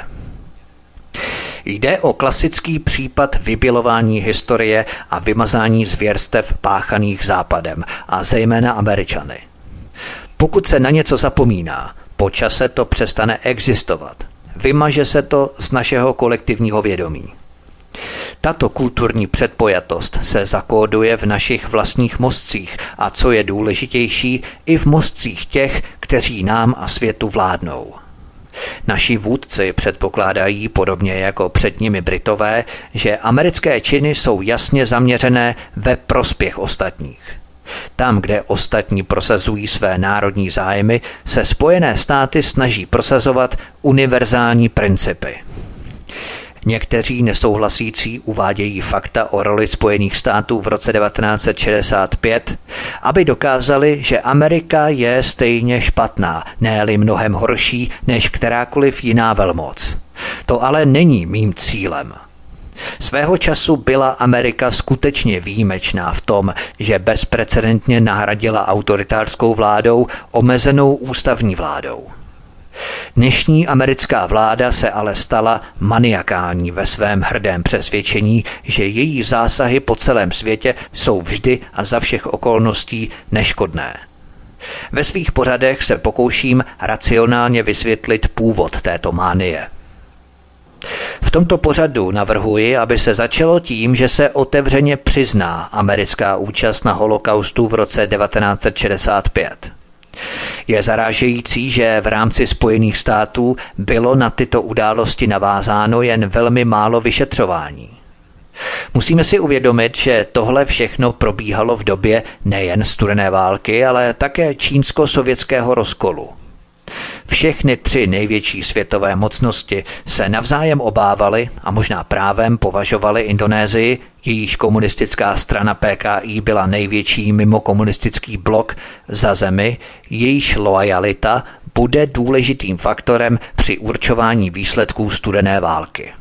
Jde o klasický případ vybělování historie a vymazání zvěrstev páchaných Západem a zejména Američany. Pokud se na něco zapomíná, po čase to přestane existovat. Vymaže se to z našeho kolektivního vědomí. Tato kulturní předpojatost se zakóduje v našich vlastních mozcích a co je důležitější, i v mozcích těch, kteří nám a světu vládnou. Naši vůdci předpokládají, podobně jako před nimi Britové, že americké činy jsou jasně zaměřené ve prospěch ostatních. Tam, kde ostatní prosazují své národní zájmy, se Spojené státy snaží prosazovat univerzální principy. Někteří nesouhlasící uvádějí fakta o roli Spojených států v roce 1965, aby dokázali, že Amerika je stejně špatná, ne-li mnohem horší než kterákoliv jiná velmoc. To ale není mým cílem. Svého času byla Amerika skutečně výjimečná v tom, že bezprecedentně nahradila autoritářskou vládou omezenou ústavní vládou. Dnešní americká vláda se ale stala maniakální ve svém hrdém přesvědčení, že její zásahy po celém světě jsou vždy a za všech okolností neškodné. Ve svých pořadech se pokouším racionálně vysvětlit původ této mánie. V tomto pořadu navrhuji, aby se začalo tím, že se otevřeně přizná americká účast na holokaustu v roce 1965. Je zarážející, že v rámci Spojených států bylo na tyto události navázáno jen velmi málo vyšetřování. Musíme si uvědomit, že tohle všechno probíhalo v době nejen studené války, ale také čínsko-sovětského rozkolu. Všechny tři největší světové mocnosti se navzájem obávaly a možná právem považovaly Indonésii, jejíž komunistická strana PKI byla největší mimo komunistický blok, za zemi, jejíž loajalita bude důležitým faktorem při určování výsledků studené války.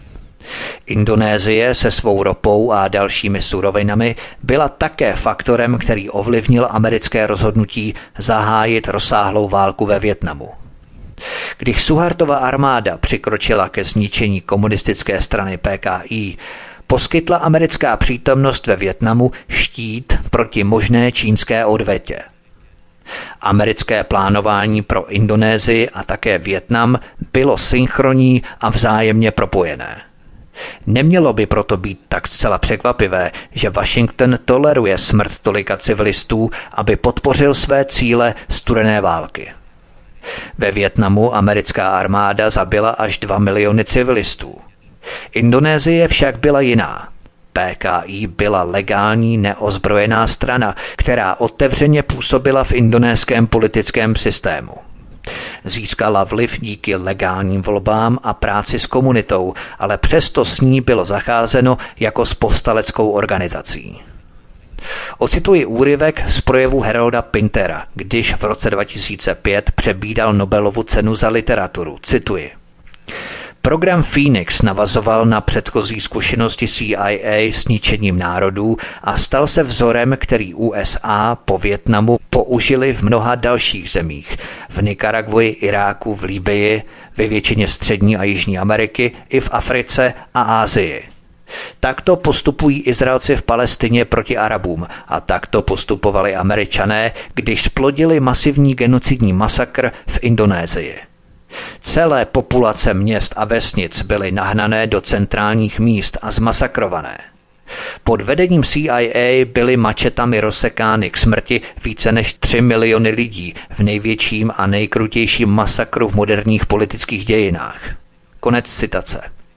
Indonésie se svou ropou a dalšími surovinami byla také faktorem, který ovlivnil americké rozhodnutí zahájit rozsáhlou válku ve Vietnamu. Když Suhartova armáda přikročila ke zničení komunistické strany PKI, poskytla americká přítomnost ve Vietnamu štít proti možné čínské odvetě. Americké plánování pro Indonésii a také Vietnam bylo synchronní a vzájemně propojené. Nemělo by proto být tak zcela překvapivé, že Washington toleruje smrt tolika civilistů, aby podpořil své cíle studené války. Ve Vietnamu americká armáda zabila až 2 miliony civilistů. Indonésie však byla jiná. PKI byla legální neozbrojená strana, která otevřeně působila v indonéském politickém systému. Získala vliv díky legálním volbám a práci s komunitou, ale přesto s ní bylo zacházeno jako s povstaleckou organizací. Ocituji úryvek z projevu Harolda Pintera, když v roce 2005 přebídal Nobelovu cenu za literaturu. Cituji. Program Phoenix navazoval na předchozí zkušenosti CIA s ničením národů a stal se vzorem, který USA po Vietnamu použili v mnoha dalších zemích. V Nikaraguji, Iráku, v Libyi, ve většině Střední a Jižní Ameriky, i v Africe a Asii. Takto postupují Izraelci v Palestině proti Arabům a takto postupovali Američané, když splodili masivní genocidní masakr v Indonésii. Celé populace měst a vesnic byly nahnané do centrálních míst a zmasakrované. Pod vedením CIA byly mačetami rozsekány k smrti více než 3 miliony lidí v největším a nejkrutějším masakru v moderních politických dějinách. Konec citace.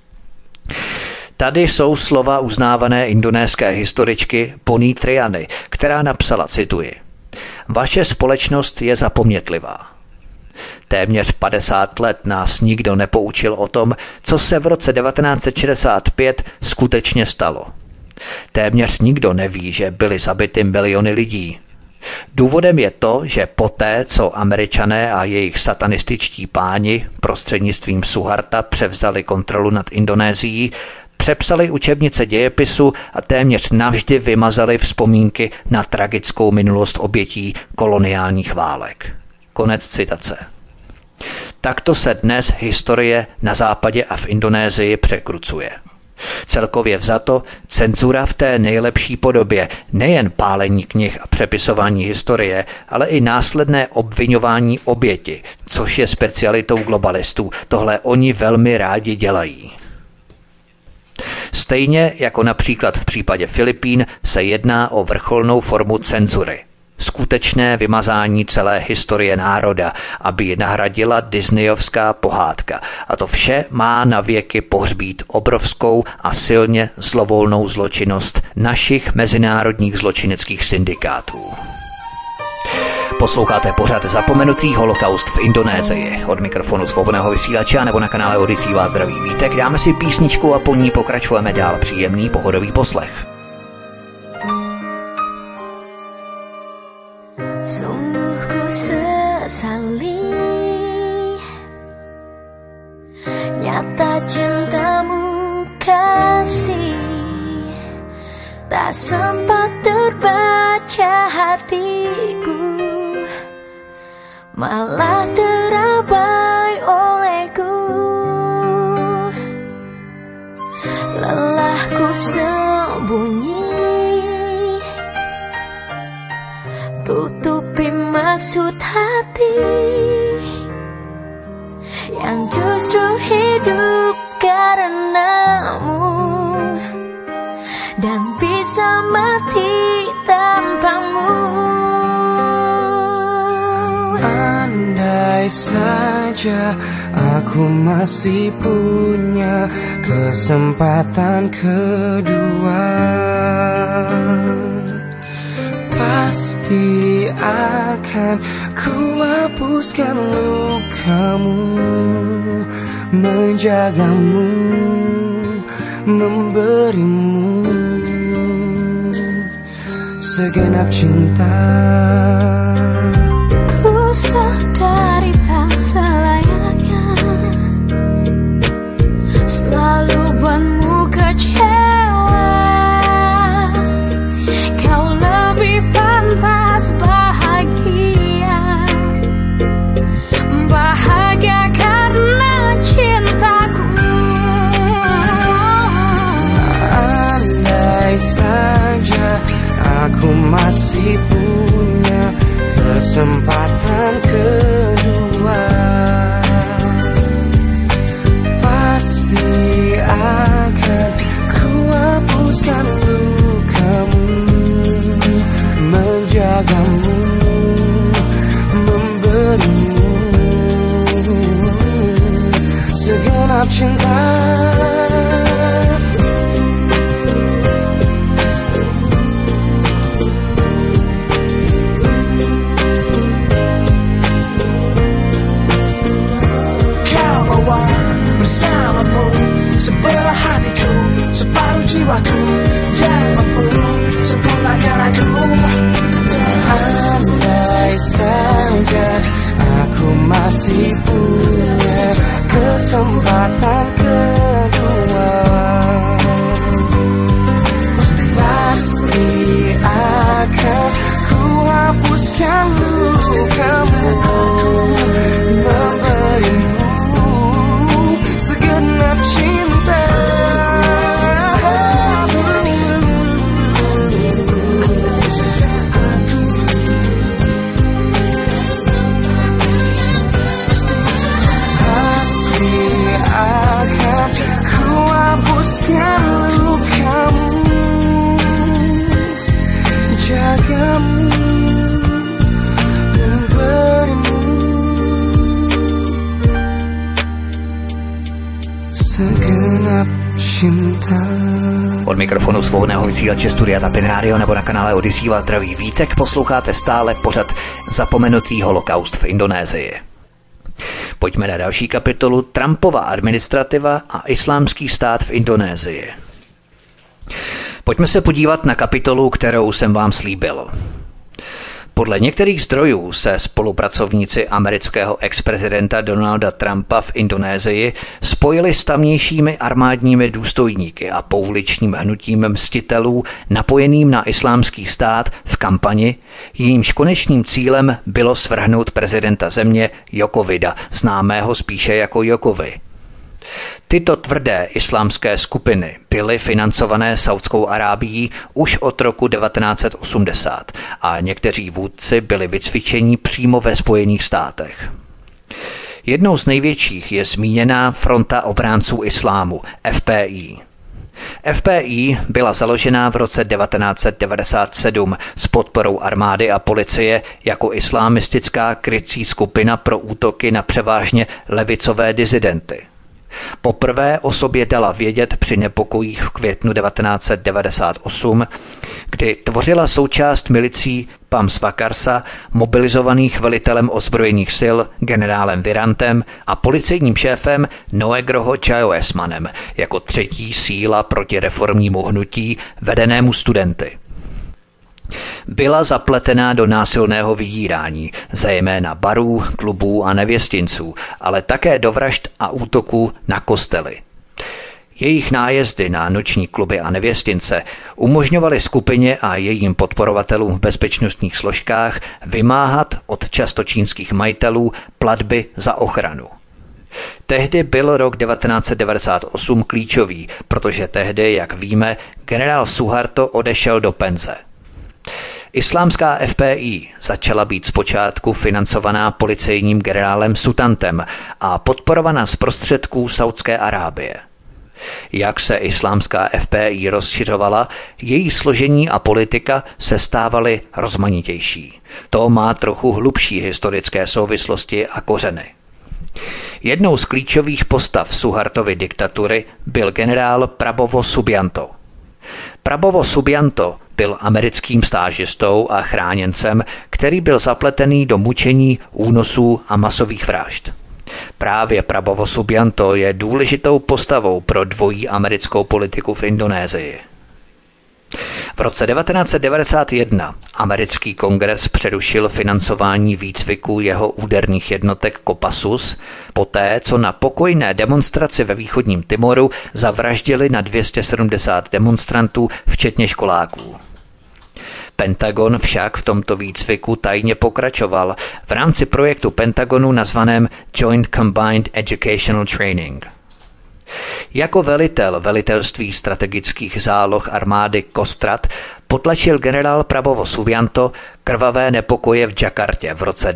Tady jsou slova uznávané indonéské historičky Pony Triany, která napsala, cituji, vaše společnost je zapomnětlivá. Téměř 50 let nás nikdo nepoučil o tom, co se v roce 1965 skutečně stalo. Téměř nikdo neví, že byly zabity miliony lidí. Důvodem je to, že poté, co Američané a jejich satanističtí páni prostřednictvím Suharta převzali kontrolu nad Indonésií, přepsali učebnice dějepisu a téměř navždy vymazali vzpomínky na tragickou minulost obětí koloniálních válek. Konec citace. Takto se dnes historie na západě a v Indonésii překrucuje. Celkově vzato cenzura v té nejlepší podobě, nejen pálení knih a přepisování historie, ale i následné obviňování oběti, což je specialitou globalistů. Tohle oni velmi rádi dělají. Stejně jako například v případě Filipín se jedná o vrcholnou formu cenzury. skutečné vymazání celé historie národa, aby ji nahradila disneyovská pohádka. A to vše má na věky pohřbít obrovskou a silně zlovolnou zločinnost našich mezinárodních zločineckých syndikátů. Posloucháte pořad Zapomenutý holokaust v Indonésii. Od mikrofonu Svobodného vysílače nebo na kanále Odyssey vás zdraví Vítek. Dáme si písničku a po ní pokračujeme dál. Příjemný pohodový poslech. Sungguh ku sesali nyata cintamu kasih tak sempat terbaca hatiku malah terabai olehku lelahku sembunyi tutupi maksud hati yang justru hidup karenamu dan bisa mati tanpamu. Andai saja aku masih punya kesempatan kedua, pasti akan ku hapuskan lukamu, menjagamu, memberimu segenap cinta. Ku sadari tak selayaknya selalu buatmu kecewa. Kau lebih pantas bahagia, bahagia karena cintaku. Andai saja aku masih punya kesempatan kedua, pasti akan ku hapuskan lukamu, menjagamu, memberimu segenap cinta. Bersamamu sebelah hatiku, separuh jiwaku yang mampu sempurnakan aku. Andai saja aku masih punya kesempatan kedua, pasti akan ku hapuskan lukamu, memberimu segenap cinta. Pasti akan ku hapuskan lukamu, jagamu, memberimu segenap cinta. Od mikrofonu Svobodného vysílače Studia Tapin Radio nebo na kanále Odyssey vás zdraví Vítek. Posloucháte stále pořad Zapomenutý holokaust v Indonésii. Pojďme na další kapitolu: Trumpova administrativa a islámský stát v Indonésii. Pojďme se podívat na kapitolu, kterou jsem vám slíbil. Podle některých zdrojů se spolupracovníci amerického ex-prezidenta Donalda Trumpa v Indonésii spojili s tamnějšími armádními důstojníky a pouličním hnutím mstitelů napojeným na islámský stát v kampani, jejímž konečným cílem bylo svrhnout prezidenta země Jokowida, známého spíše jako Jokowi. Tyto tvrdé islámské skupiny byly financované Saudskou Arábií už od roku 1980 a někteří vůdci byli vycvičeni přímo ve Spojených státech. Jednou z největších je zmíněná Fronta obránců islámu, FPI. FPI byla založena v roce 1997 s podporou armády a policie jako islamistická krycí skupina pro útoky na převážně levicové disidenty. Poprvé o sobě dala vědět při nepokojích v květnu 1998, kdy tvořila součást milicí Pamsvakarsa, mobilizovaných velitelem ozbrojených sil generálem Virantem a policejním šéfem Noegroho Chaoesmanem jako třetí síla proti reformnímu hnutí vedenému studenty. Byla zapletená do násilného vydírání, zejména barů, klubů a nevěstinců, ale také do vražd a útoků na kostely. Jejich nájezdy na noční kluby a nevěstince umožňovaly skupině a jejím podporovatelům v bezpečnostních složkách vymáhat od často čínských majitelů platby za ochranu. Tehdy byl rok 1998 klíčový, protože tehdy, jak víme, generál Suharto odešel do penze. Islámská FPI začala být zpočátku financovaná policejním generálem Sutantem a podporovaná z prostředků Saudské Arábie. Jak se islámská FPI rozšiřovala, její složení a politika se stávaly rozmanitější. To má trochu hlubší historické souvislosti a kořeny. Jednou z klíčových postav Suhartovy diktatury byl generál Prabowo Subianto. Prabowo Subianto byl americkým stážistou a chráněncem, který byl zapletený do mučení, únosů a masových vražd. Právě Prabowo Subianto je důležitou postavou pro dvojí americkou politiku v Indonésii. V roce 1991 americký kongres přerušil financování výcviku jeho úderných jednotek Kopassus poté, co na pokojné demonstraci ve východním Timoru zavraždili na 270 demonstrantů, včetně školáků. Pentagon však v tomto výcviku tajně pokračoval v rámci projektu Pentagonu nazvaném Joint Combined Educational Training. Jako velitel velitelství strategických záloh armády Kostrad potlačil generál Prabowo Subianto krvavé nepokoje v Jakartě v roce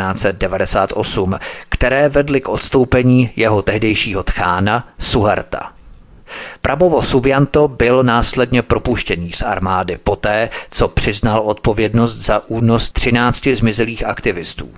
1998, které vedly k odstoupení jeho tehdejšího tchána Suharta. Prabowo Subianto byl následně propuštěný z armády poté, co přiznal odpovědnost za únos 13 zmizelých aktivistů.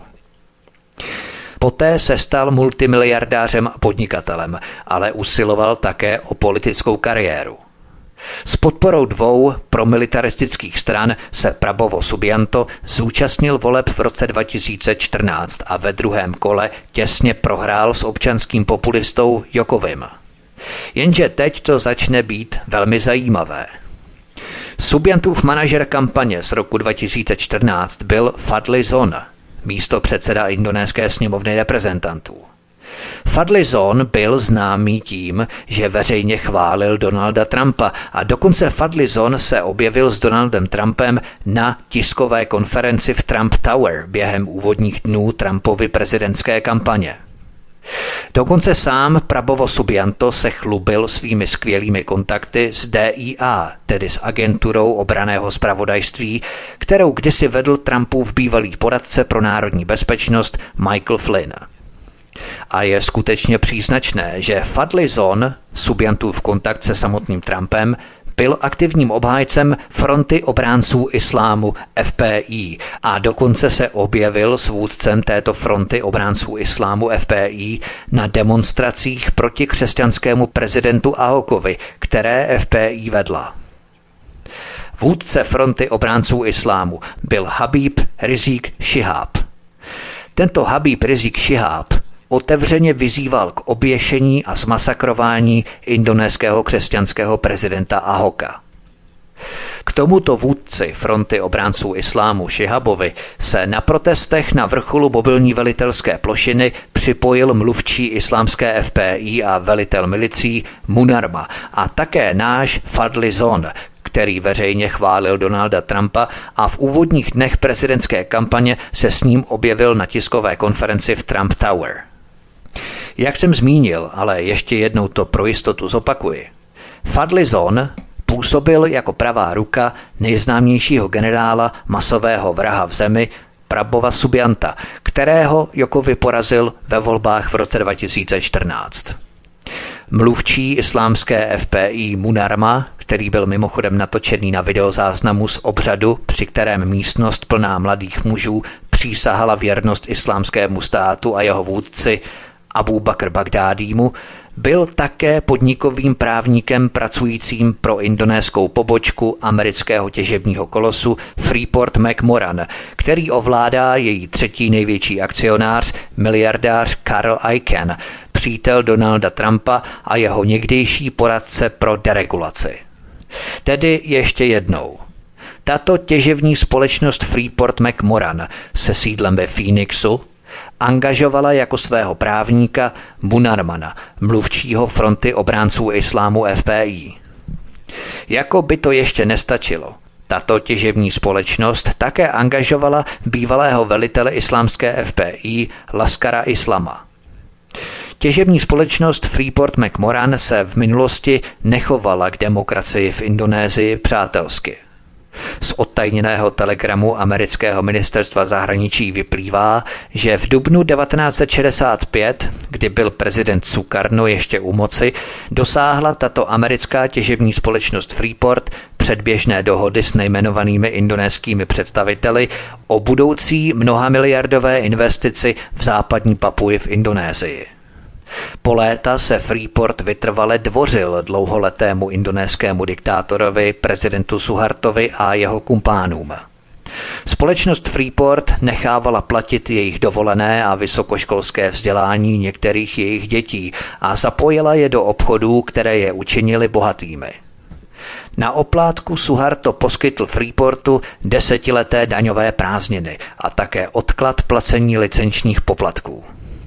Poté se stal multimiliardářem a podnikatelem, ale usiloval také o politickou kariéru. S podporou dvou promilitaristických stran se Prabowo Subianto zúčastnil voleb v roce 2014 a ve druhém kole těsně prohrál s občanským populistou Jokovim. Jenže teď to začne být velmi zajímavé. Subiantův manažer kampaně z roku 2014 byl Fadli Zon, místopředseda Indonéské sněmovny reprezentantů. Fadli Zon byl známý tím, že veřejně chválil Donalda Trumpa a dokonce Fadli Zon se objevil s Donaldem Trumpem na tiskové konferenci v Trump Tower během úvodních dnů Trumpovy prezidentské kampaně. Dokonce sám Prabowo Subianto se chlubil svými skvělými kontakty s DIA, tedy s agenturou obranného zpravodajství, kterou kdysi vedl Trumpův bývalý poradce pro národní bezpečnost Michael Flynn. A je skutečně příznačné, že Fadli Zon, Subiantův kontakt se samotným Trumpem, byl aktivním obhájcem Fronty obránců islámu FPI a dokonce se objevil s vůdcem této Fronty obránců islámu FPI na demonstracích proti křesťanskému prezidentu Ahokovi, které FPI vedla. Vůdce Fronty obránců islámu byl Habib Rizieq Shihab. Tento Habib Rizieq Shihab otevřeně vyzýval k oběšení a zmasakrování indonéského křesťanského prezidenta Ahoka. K tomuto vůdci Fronty obránců islámu Shihabovi se na protestech na vrcholu mobilní velitelské plošiny připojil mluvčí islámské FPI a velitel milicí Munarma a také náš Fadli Zon, který veřejně chválil Donalda Trumpa a v úvodních dnech prezidentské kampaně se s ním objevil na tiskové konferenci v Trump Tower. Jak jsem zmínil, ale ještě jednou to pro jistotu zopakuji, Fadli Zon působil jako pravá ruka nejznámějšího generála masového vraha v zemi Prabowa Subianta, kterého Jokovi porazil ve volbách v roce 2014. Mluvčí islámské FPI Munarma, který byl mimochodem natočený na videozáznamu z obřadu, při kterém místnost plná mladých mužů přísahala věrnost islámskému státu a jeho vůdci Abu Bakr Bagdádímu, byl také podnikovým právníkem pracujícím pro indonéskou pobočku amerického těžebního kolosu Freeport McMoran, který ovládá její třetí největší akcionář, miliardář Carl Icahn, přítel Donalda Trumpa a jeho někdejší poradce pro deregulaci. Tedy ještě jednou. Tato těžební společnost Freeport McMoran se sídlem ve Phoenixu angažovala jako svého právníka Munarmana, mluvčího Fronty obránců islámu FPI. Jako by to ještě nestačilo, tato těžební společnost také angažovala bývalého velitele islámské FPI Laskara Islama. Těžební společnost Freeport McMoran se v minulosti nechovala k demokracii v Indonésii přátelsky. Z odtajněného telegramu amerického ministerstva zahraničí vyplývá, že v dubnu 1965, kdy byl prezident Sukarno ještě u moci, dosáhla tato americká těžební společnost Freeport předběžné dohody s nejmenovanými indonéskými představiteli o budoucí mnohamiliardové investici v západní Papuji v Indonésii. Po léta se Freeport vytrvale dvořil dlouholetému indonéskému diktátorovi, prezidentu Suhartovi a jeho kumpánům. Společnost Freeport nechávala platit jejich dovolené a vysokoškolské vzdělání některých jejich dětí a zapojila je do obchodů, které je učinily bohatými. Na oplátku Suharto poskytl Freeportu 10leté daňové prázdniny a také odklad placení licenčních poplatků.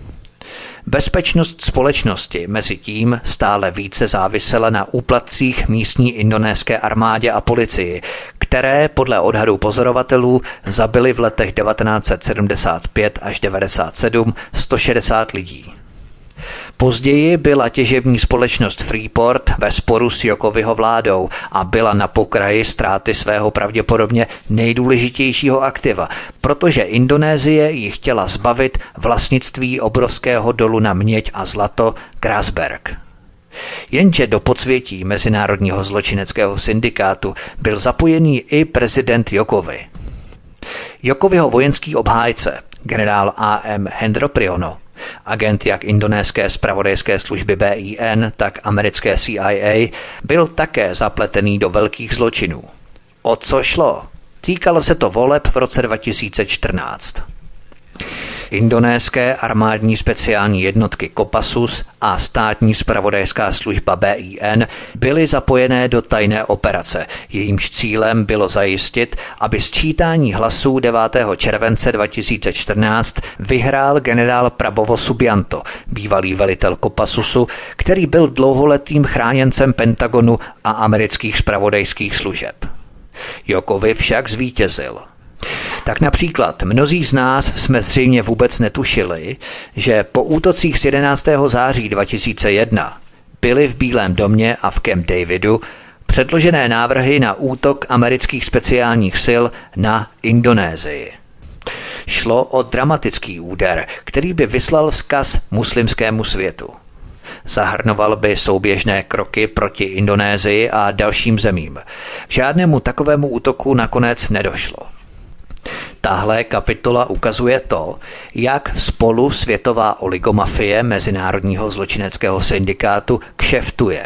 Bezpečnost společnosti mezi tím stále více závisela na úplatcích místní indonéské armádě a policii, které podle odhadů pozorovatelů zabily v letech 1975 až 1997 160 lidí. Později byla těžební společnost Freeport ve sporu s Jokovyho vládou a byla na pokraji ztráty svého pravděpodobně nejdůležitějšího aktiva, protože Indonésie ji chtěla zbavit vlastnictví obrovského dolu na měď a zlato Grasberg. Jenže do podsvětí mezinárodního zločineckého syndikátu byl zapojený i prezident Jokovy. Jokovyho vojenský obhájce, generál A.M. Hendro Priyono, agent jak indonéské zpravodajské služby BIN, tak americké CIA, byl také zapletený do velkých zločinů. O co šlo? Týkalo se to voleb v roce 2014. Indonéské armádní speciální jednotky Kopassus a státní zpravodajská služba BIN byly zapojené do tajné operace. Jejímž cílem bylo zajistit, aby sčítání hlasů 9. července 2014 vyhrál generál Prabowo Subianto, bývalý velitel Kopassusu, který byl dlouholetým chráněncem Pentagonu a amerických zpravodajských služeb. Jokovi však zvítězil. Tak například mnozí z nás jsme zřejmě vůbec netušili, že po útocích z 11. září 2001 byly v Bílém domě a v Camp Davidu předložené návrhy na útok amerických speciálních sil na Indonésii. Šlo o dramatický úder, který by vyslal vzkaz muslimskému světu. Zahrnoval by souběžné kroky proti Indonésii a dalším zemím. K žádnému takovému útoku nakonec nedošlo. Tahle kapitola ukazuje to, jak spolu světová oligomafie mezinárodního zločineckého syndikátu kšeftuje.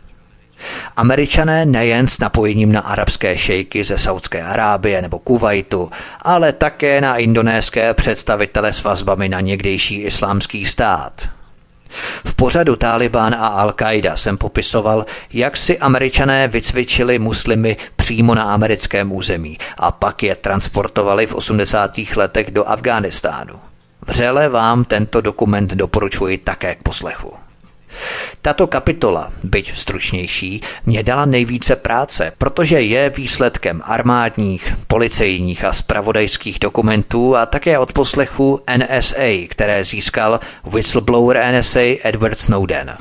Američané nejen s napojením na arabské šejky ze Saudské Arábie nebo Kuvajtu, ale také na indonéské představitele s vazbami na někdejší islámský stát. V pořadu Taliban a Al-Qaida jsem popisoval, jak si Američané vycvičili muslimy přímo na americkém území a pak je transportovali v 80. letech do Afghánistánu. Vřele vám tento dokument doporučuji také k poslechu. Tato kapitola, byť stručnější, mě dala nejvíce práce, protože je výsledkem armádních, policejních a zpravodajských dokumentů a také od poslechu NSA, které získal whistleblower NSA Edward Snowden.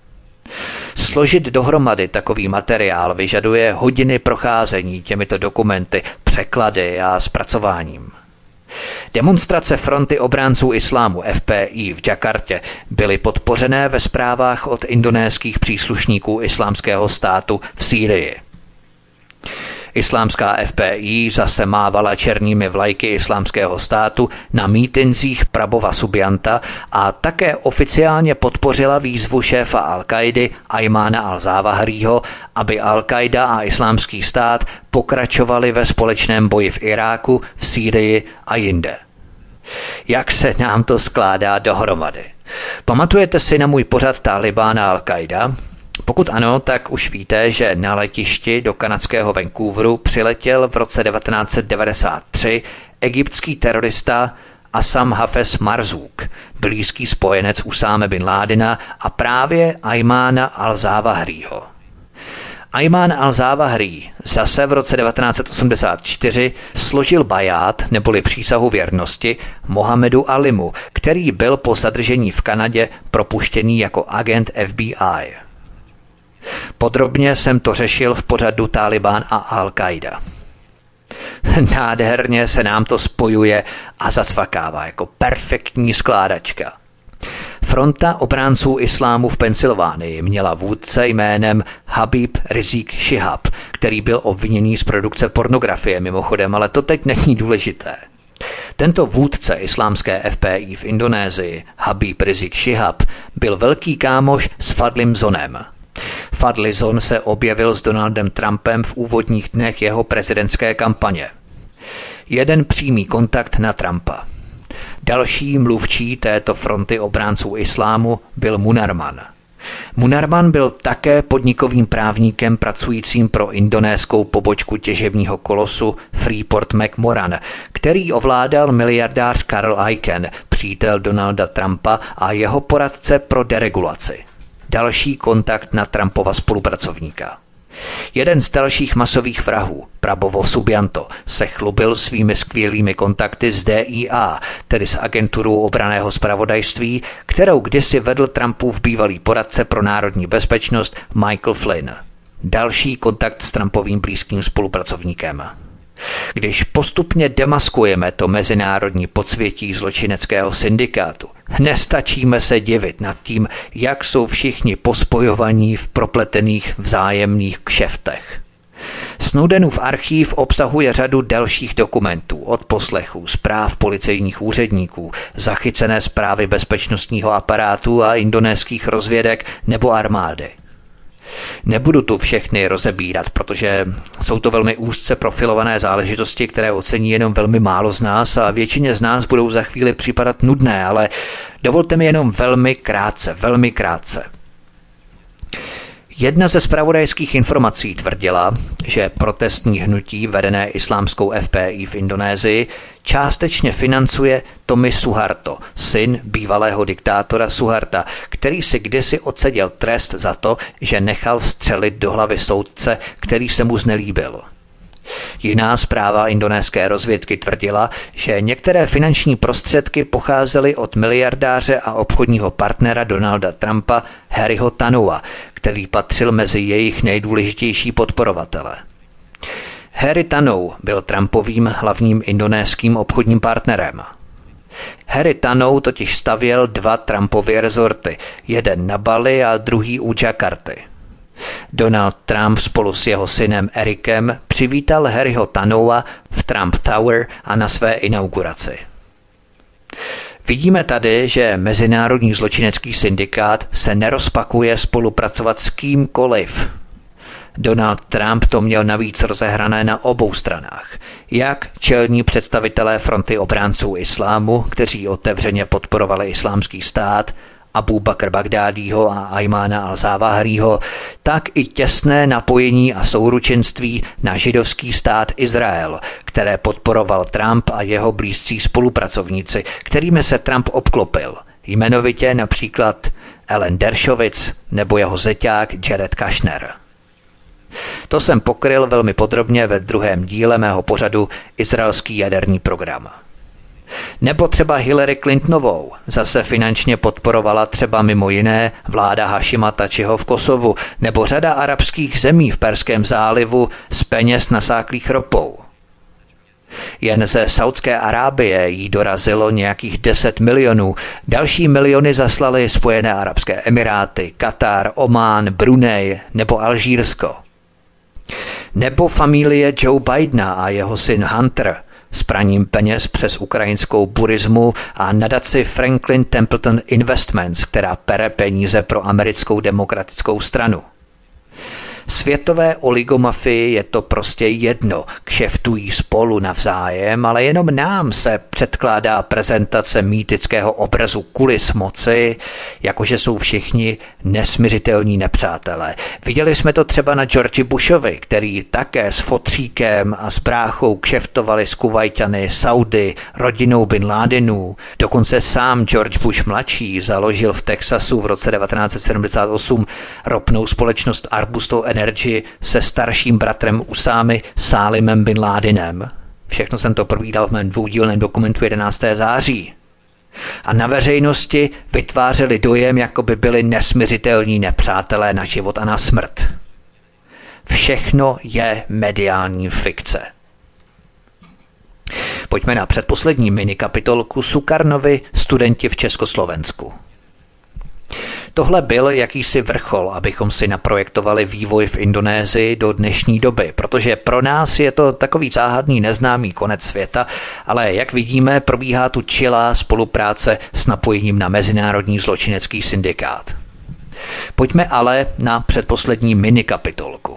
Složit dohromady takový materiál vyžaduje hodiny procházení těmito dokumenty, překlady a zpracováním. Demonstrace Fronty obránců islámu FPI v Jakartě byly podpořené ve zprávách od indonéských příslušníků Islámského státu v Sýrii. Islámská FPI zase mávala černými vlajky Islámského státu na mítincích Prabova Subianta a také oficiálně podpořila výzvu šéfa Al-Kaidy Ajmána al-Závahrýho, aby Al-Kaida a Islámský stát pokračovali ve společném boji v Iráku, v Sýrii a jinde. Jak se nám to skládá dohromady? Pamatujete si na můj pořad Tálibán a Al-Kaida? Pokud ano, tak už víte, že na letišti do kanadského Vancouveru přiletěl v roce 1993 egyptský terorista Assam Hafez Marzouk, blízký spojenec Usáme bin Ládina a právě Ajmána al-Závahrýho. Ajmán al-Závahrý zase v roce 1984 složil baját neboli přísahu věrnosti Mohamedu Alimu, který byl po zadržení v Kanadě propuštěný jako agent FBI. Podrobně jsem to řešil v pořadu Tálibán a Al-Kaida. Nádherně se nám to spojuje a zacvakává jako perfektní skládačka. Fronta obránců islámu v Pensylvánii měla vůdce jménem Habib Rizik Shihab, který byl obviněný z produkce pornografie mimochodem, ale to teď není důležité. Tento vůdce islámské FPI v Indonésii, Habib Rizik Shihab, byl velký kámoš s Fadlim Zonem. Fadli Zon se objevil s Donaldem Trumpem v úvodních dnech jeho prezidentské kampaně. Jeden přímý kontakt na Trumpa. Další mluvčí této fronty obránců islámu byl Munarman. Munarman byl také podnikovým právníkem pracujícím pro indonéskou pobočku těžebního kolosu Freeport-McMoran, který ovládal miliardář Carl Icahn, přítel Donalda Trumpa a jeho poradce pro deregulaci. Další kontakt na Trumpova spolupracovníka. Jeden z dalších masových vrahů, Prabovo Subianto, se chlubil svými skvělými kontakty s DIA, tedy s agenturou obranného zpravodajství, kterou kdysi vedl Trumpův bývalý poradce pro národní bezpečnost Michael Flynn. Další kontakt s Trumpovým blízkým spolupracovníkem. Když postupně demaskujeme to mezinárodní podsvětí zločineckého syndikátu, nestačíme se divit nad tím, jak jsou všichni pospojovaní v propletených vzájemných kšeftech. Snowdenův archív obsahuje řadu dalších dokumentů, odposlechů, zpráv policejních úředníků, zachycené zprávy bezpečnostního aparátu a indonéských rozvědek nebo armády. Nebudu tu všechny rozebírat, protože jsou to velmi úzce profilované záležitosti, které ocení jenom velmi málo z nás a většině z nás budou za chvíli připadat nudné, ale dovolte mi jenom velmi krátce. Jedna ze zpravodajských informací tvrdila, že protestní hnutí vedené islámskou FPI v Indonésii částečně financuje Tommy Suharto, syn bývalého diktátora Suharta, který si kdysi odseděl trest za to, že nechal střelit do hlavy soudce, který se mu znelíbil. Jiná zpráva indonéské rozvědky tvrdila, že některé finanční prostředky pocházely od miliardáře a obchodního partnera Donalda Trumpa Harryho Tanoa, který patřil mezi jejich nejdůležitější podporovatele. Harry Tanow byl Trumpovým hlavním indonéským obchodním partnerem. Harry Tanow totiž stavěl 2 Trumpovy rezorty, jeden na Bali a druhý u Jakarty. Donald Trump spolu s jeho synem Erikem přivítal Harryho Tanowa v Trump Tower a na své inauguraci. Vidíme tady, že mezinárodní zločinecký syndikát se nerozpakuje spolupracovat s kýmkoliv. Donald Trump to měl navíc rozehrané na obou stranách. Jak čelní představitelé fronty obránců islámu, kteří otevřeně podporovali islámský stát, Abu Bakr Bagdádího a Ajmána al-Závahrýho, tak i těsné napojení a souručenství na židovský stát Izrael, které podporoval Trump a jeho blízcí spolupracovníci, kterými se Trump obklopil, jmenovitě například Alan Dershowitz nebo jeho zeťák Jared Kushner. To jsem pokryl velmi podrobně ve 2. díle mého pořadu Izraelský jaderný program. Nebo třeba Hillary Clintonovou zase finančně podporovala třeba mimo jiné vláda Hašima Tačiho v Kosovu nebo řada arabských zemí v Perském zálivu z peněz nasáklých ropou. Jen ze Saudské Arábie jí dorazilo nějakých 10 milionů. Další miliony zaslali Spojené arabské emiráty, Katar, Omán, Brunei nebo Alžírsko. Nebo familie Joe Bidena a jeho syn Hunter s praním peněz přes ukrajinskou Burismu a nadaci Franklin Templeton Investments, která pere peníze pro americkou demokratickou stranu. Světové oligomafii je to prostě jedno, kšeftují spolu navzájem, ale jenom nám se předkládá prezentace mýtického obrazu kulis moci, jakože jsou všichni nesmiřitelní nepřátelé. Viděli jsme to třeba na Georgi Bushovi, který také s fotříkem a s bráchou kšeftovali s Kuvajťany, Saudy, rodinou Bin Ladenů. Dokonce sám George Bush mladší založil v Texasu v roce 1978 ropnou společnost Arbusto Energy se starším bratrem Usámy Sálimem Bin Ládenem. Všechno jsem to provídal v mém dvoudílném dokumentu 11. září. A na veřejnosti vytvářeli dojem, jako by byli nesmiřitelní nepřátelé na život a na smrt. Všechno je mediální fikce. Pojďme na předposlední minikapitolku Sukarnovi studenti v Československu. Tohle byl jakýsi vrchol, abychom si naprojektovali vývoj v Indonésii do dnešní doby, protože pro nás je to takový záhadný neznámý konec světa, ale jak vidíme, probíhá tu čilá spolupráce s napojením na mezinárodní zločinecký syndikát. Pojďme ale na předposlední minikapitolku.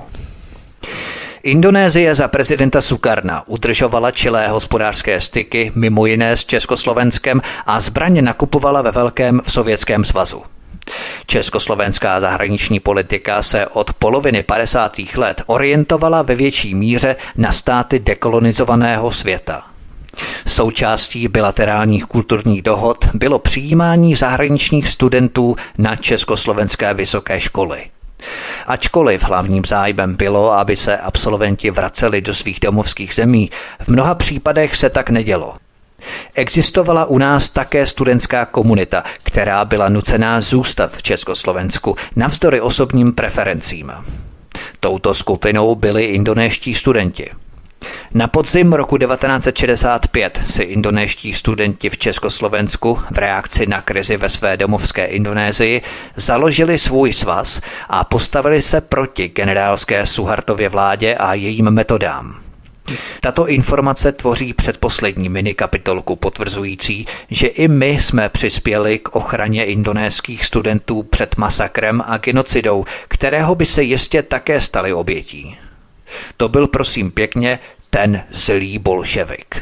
Indonésie za prezidenta Sukarna udržovala čilé hospodářské styky mimo jiné s Československem a zbraně nakupovala ve velkém v Sovětském svazu. Československá zahraniční politika se od poloviny 50. let orientovala ve větší míře na státy dekolonizovaného světa. Součástí bilaterálních kulturních dohod bylo přijímání zahraničních studentů na československé vysoké školy. Ačkoliv hlavním zájmem bylo, aby se absolventi vraceli do svých domovských zemí, v mnoha případech se tak nedělo. Existovala u nás také studentská komunita, která byla nucená zůstat v Československu navzdory osobním preferencím. Touto skupinou byli indonéští studenti. Na podzim roku 1965 si indonéští studenti v Československu v reakci na krizi ve své domovské Indonésii založili svůj svaz a postavili se proti generálské Suhartově vládě a jejím metodám. Tato informace tvoří předposlední minikapitolku potvrzující, že i my jsme přispěli k ochraně indonéských studentů před masakrem a genocidou, kterého by se jistě také stali obětí. To byl prosím pěkně ten zlý bolševik.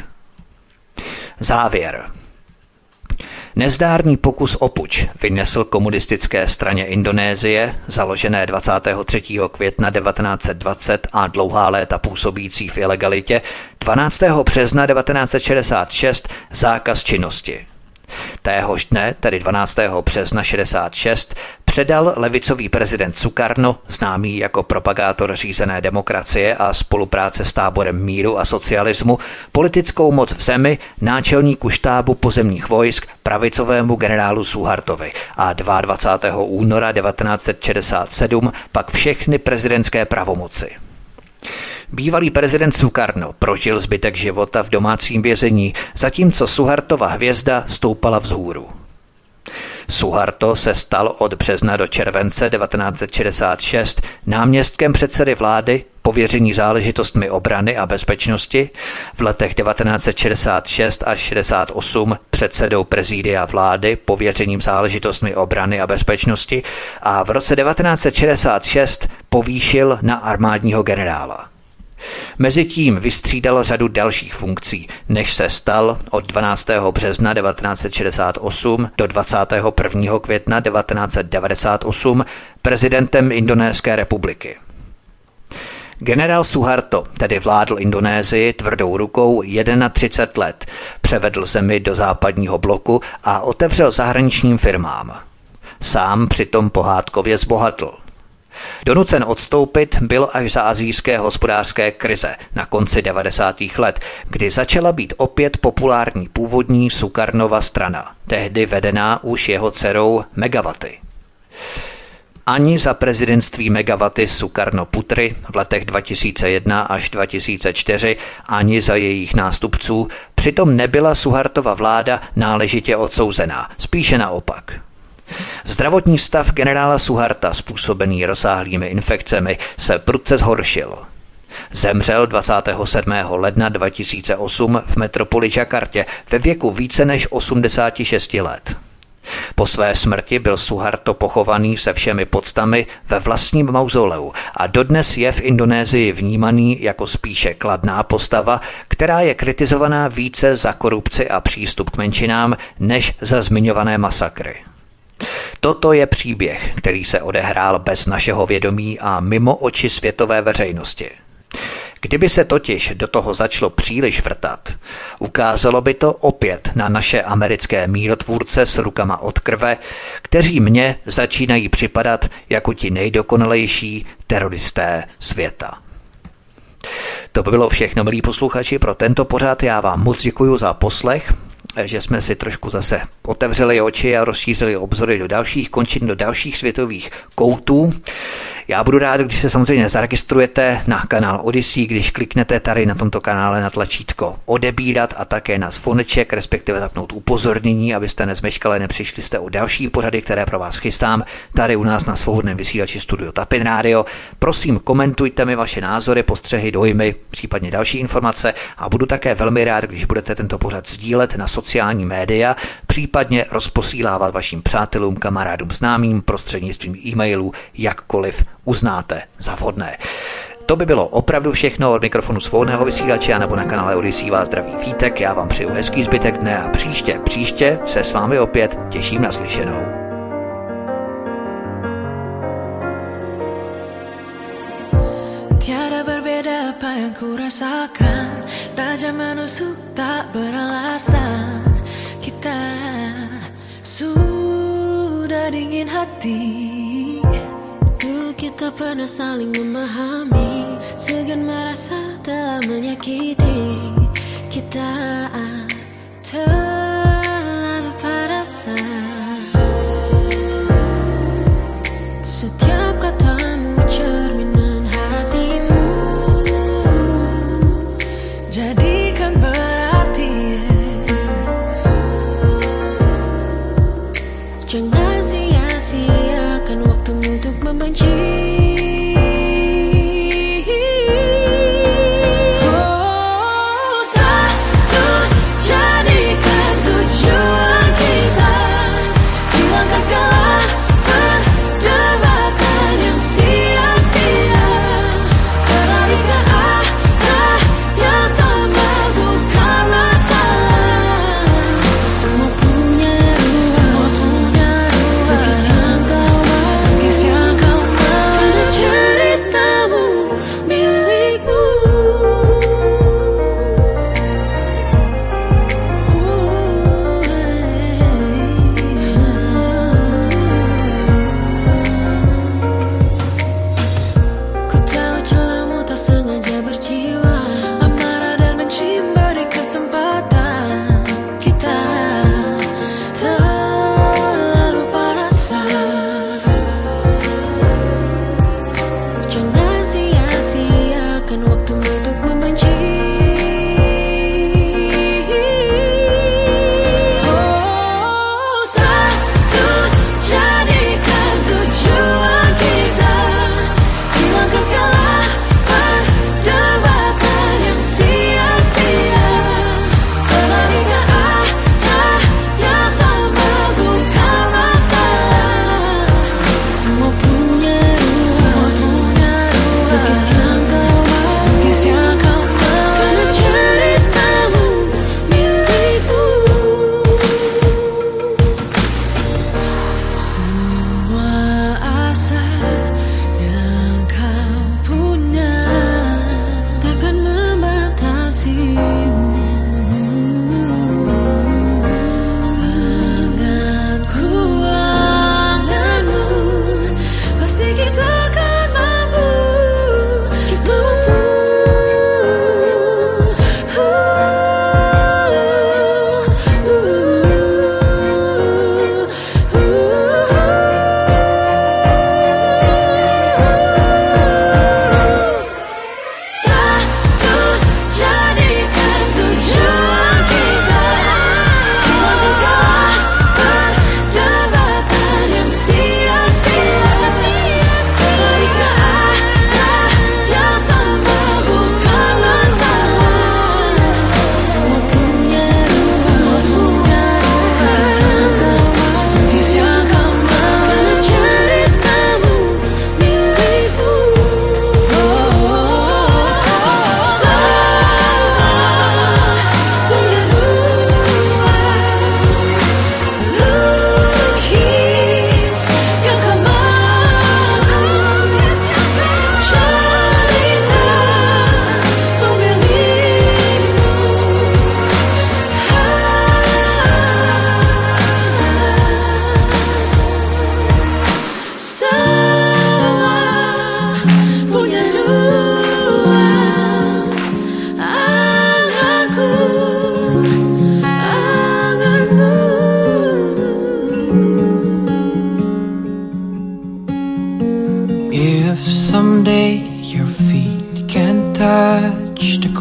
Závěr. Nezdárný pokus o puč vynesl komunistické straně Indonésie, založené 23. května 1920 a dlouhá léta působící v ilegalitě, 12. března 1966 zákaz činnosti. Téhož dne, tedy 12. března 66, předal levicový prezident Sukarno, známý jako propagátor řízené demokracie a spolupráce s táborem míru a socialismu, politickou moc v zemi náčelníku štábu pozemních vojsk pravicovému generálu Suhartovi a 22. února 1967 pak všechny prezidentské pravomoci. Bývalý prezident Sukarno prožil zbytek života v domácím vězení, zatímco Suhartova hvězda stoupala vzhůru. Suharto se stal od března do července 1966 náměstkem předsedy vlády, pověření záležitostmi obrany a bezpečnosti, v letech 1966 až 68 předsedou prezídia vlády, pověřením záležitostmi obrany a bezpečnosti a v roce 1966 povýšil na armádního generála. Mezitím vystřídal řadu dalších funkcí, než se stal od 12. března 1968 do 21. května 1998 prezidentem Indonéské republiky. Generál Suharto tedy vládl Indonésii tvrdou rukou 31 let, převedl zemi do západního bloku a otevřel zahraničním firmám. Sám přitom pohádkově zbohatl. Donucen odstoupit byl až za asijské hospodářské krize na konci 90. let, kdy začala být opět populární původní Sukarnova strana, tehdy vedená už jeho dcerou Megawati. ani za prezidentství Megawati Sukarnoputry v letech 2001 až 2004, ani za jejich nástupců přitom nebyla Suhartova vláda náležitě odsouzená, spíše naopak. Zdravotní stav generála Suharta způsobený rozsáhlými infekcemi se prudce zhoršil. Zemřel 27. ledna 2008 v metropoli Jakartě ve věku více než 86 let. Po své smrti byl Suharto pochovaný se všemi poctami ve vlastním mauzoleu a dodnes je v Indonésii vnímaný jako spíše kladná postava, která je kritizovaná více za korupci a přístup k menšinám než za zmiňované masakry. Toto je příběh, který se odehrál bez našeho vědomí a mimo oči světové veřejnosti. Kdyby se totiž do toho začalo příliš vrtat, ukázalo by to opět na naše americké mírotvůrce s rukama od krve, kteří mně začínají připadat jako ti nejdokonalejší teroristé světa. To by bylo všechno, milí posluchači, pro tento pořad. Já vám moc děkuji za poslech, že jsme si trošku zase otevřeli oči a rozšířili obzory do dalších končin, do dalších světových koutů. Já budu rád, když se samozřejmě zaregistrujete na kanál Odyssey, když kliknete tady na tomto kanále na tlačítko odebírat a také na zvoneček, respektive zapnout upozornění, abyste nezmeškali, nepřišli jste o další pořady, které pro vás chystám tady u nás na svobodném vysílači Studio Tapin Radio. Prosím, komentujte mi vaše názory, postřehy, dojmy, případně další informace a budu také velmi rád, když budete tento pořad sdílet na sociální média, případně rozposílávat vašim přátelům, kamarádům, známým prostřednictvím e-mailů, jakkoliv uznáte za vhodné. To by bylo opravdu všechno od mikrofonu svobodného vysílače a nebo na kanále Odyssey vás zdraví Vítek. Já vám přeju hezký zbytek dne a příště se s vámi opět těším na slyšenou. Tiada berbeda apa yang ku rasakan, tajam menusuk tak beralasan. Kita sudah dingin hati. Dulu kita pernah saling memahami, segan merasa telah menyakiti. Kita terlalu perasa. Setiap katamu cerminan hatimu, jadikan berarti. Jangan sia-siakan waktumu untuk membenci. Sama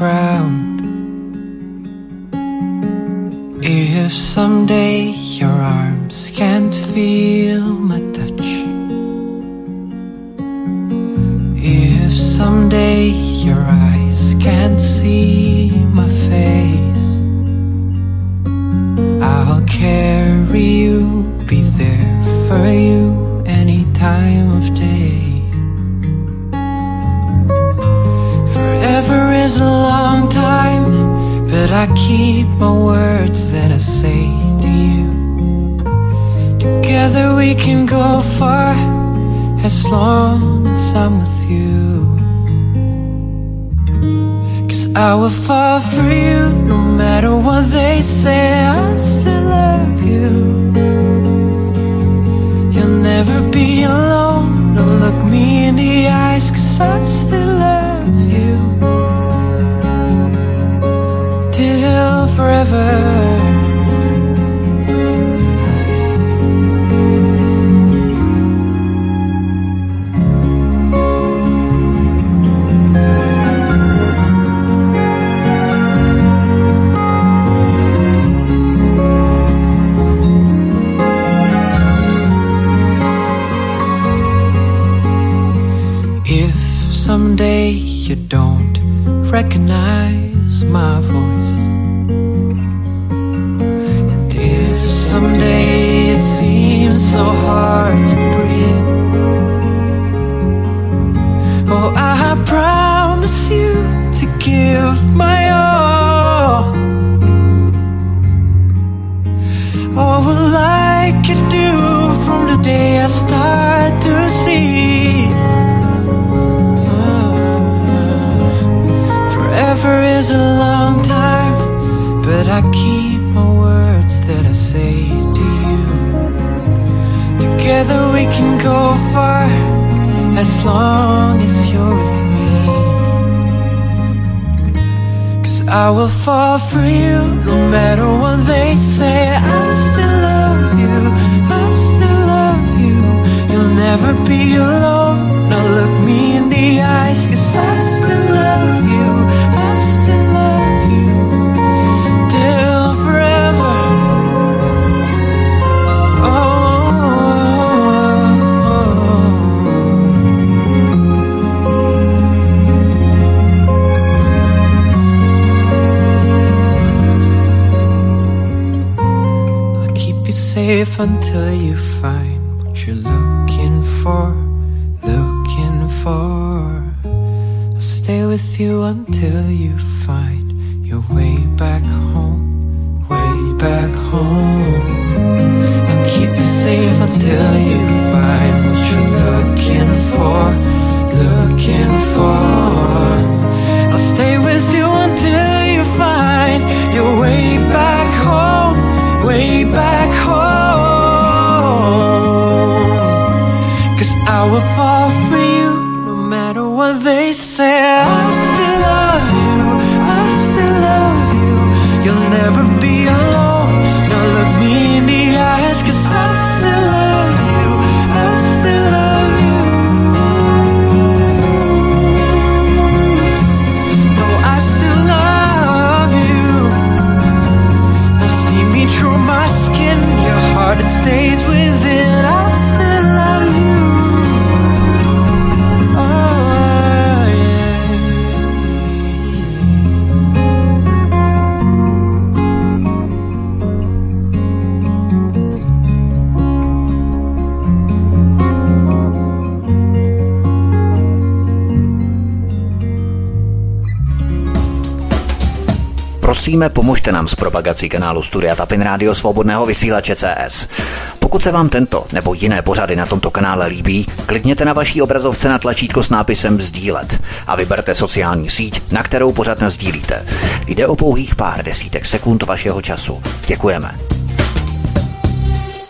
ground. If someday your arms can't feel my touch, if someday your eyes can't see my face, I'll carry you, be there for you any time of day. Forever is a long time, but I keep my words that I say to you. Together we can go far, as long as I'm with you. 'Cause I will fall for you, no matter what they say, I still love you. You'll never be alone, no, look me in the eyes, 'cause I still love you. Till forever. If someday you don't recognize my voice, and if someday it seems so hard to breathe, oh, I promise you to give my all. Oh, well, I can do from the day I start to see. Forever is a long time, but I keep my words that I say to you. Together we can go far, as long as you're with me. 'Cause I will fall for you, no matter what they say. I still love you, I still love you. You'll never be alone, now look me in the eyes, 'cause I still love you. Safe until you find what you're looking for, looking for. I'll stay with you until you find your way back home, way back home. I'll keep you safe until you find what you're looking for, looking for. I'll stay with you until you find your way back home, way back home. 'Cause I will fall for you, no matter what they say. I still love you, I still love you. You'll never be alone, now look me in the eyes, 'cause I still love you, I still love you. No, I still love you. Now see me through my skin, your heart it stays within. I still love you. Oh, yeah. Prosíme, pomožte nám s propagací kanálu Studia Tapin Rádio Svobodného vysílače CS. Pokud se vám tento nebo jiné pořady na tomto kanále líbí, klikněte na vaší obrazovce na tlačítko s nápisem sdílet a vyberte sociální síť, na kterou pořad nasdílíte. Jde o pouhých pár desítek sekund vašeho času. Děkujeme.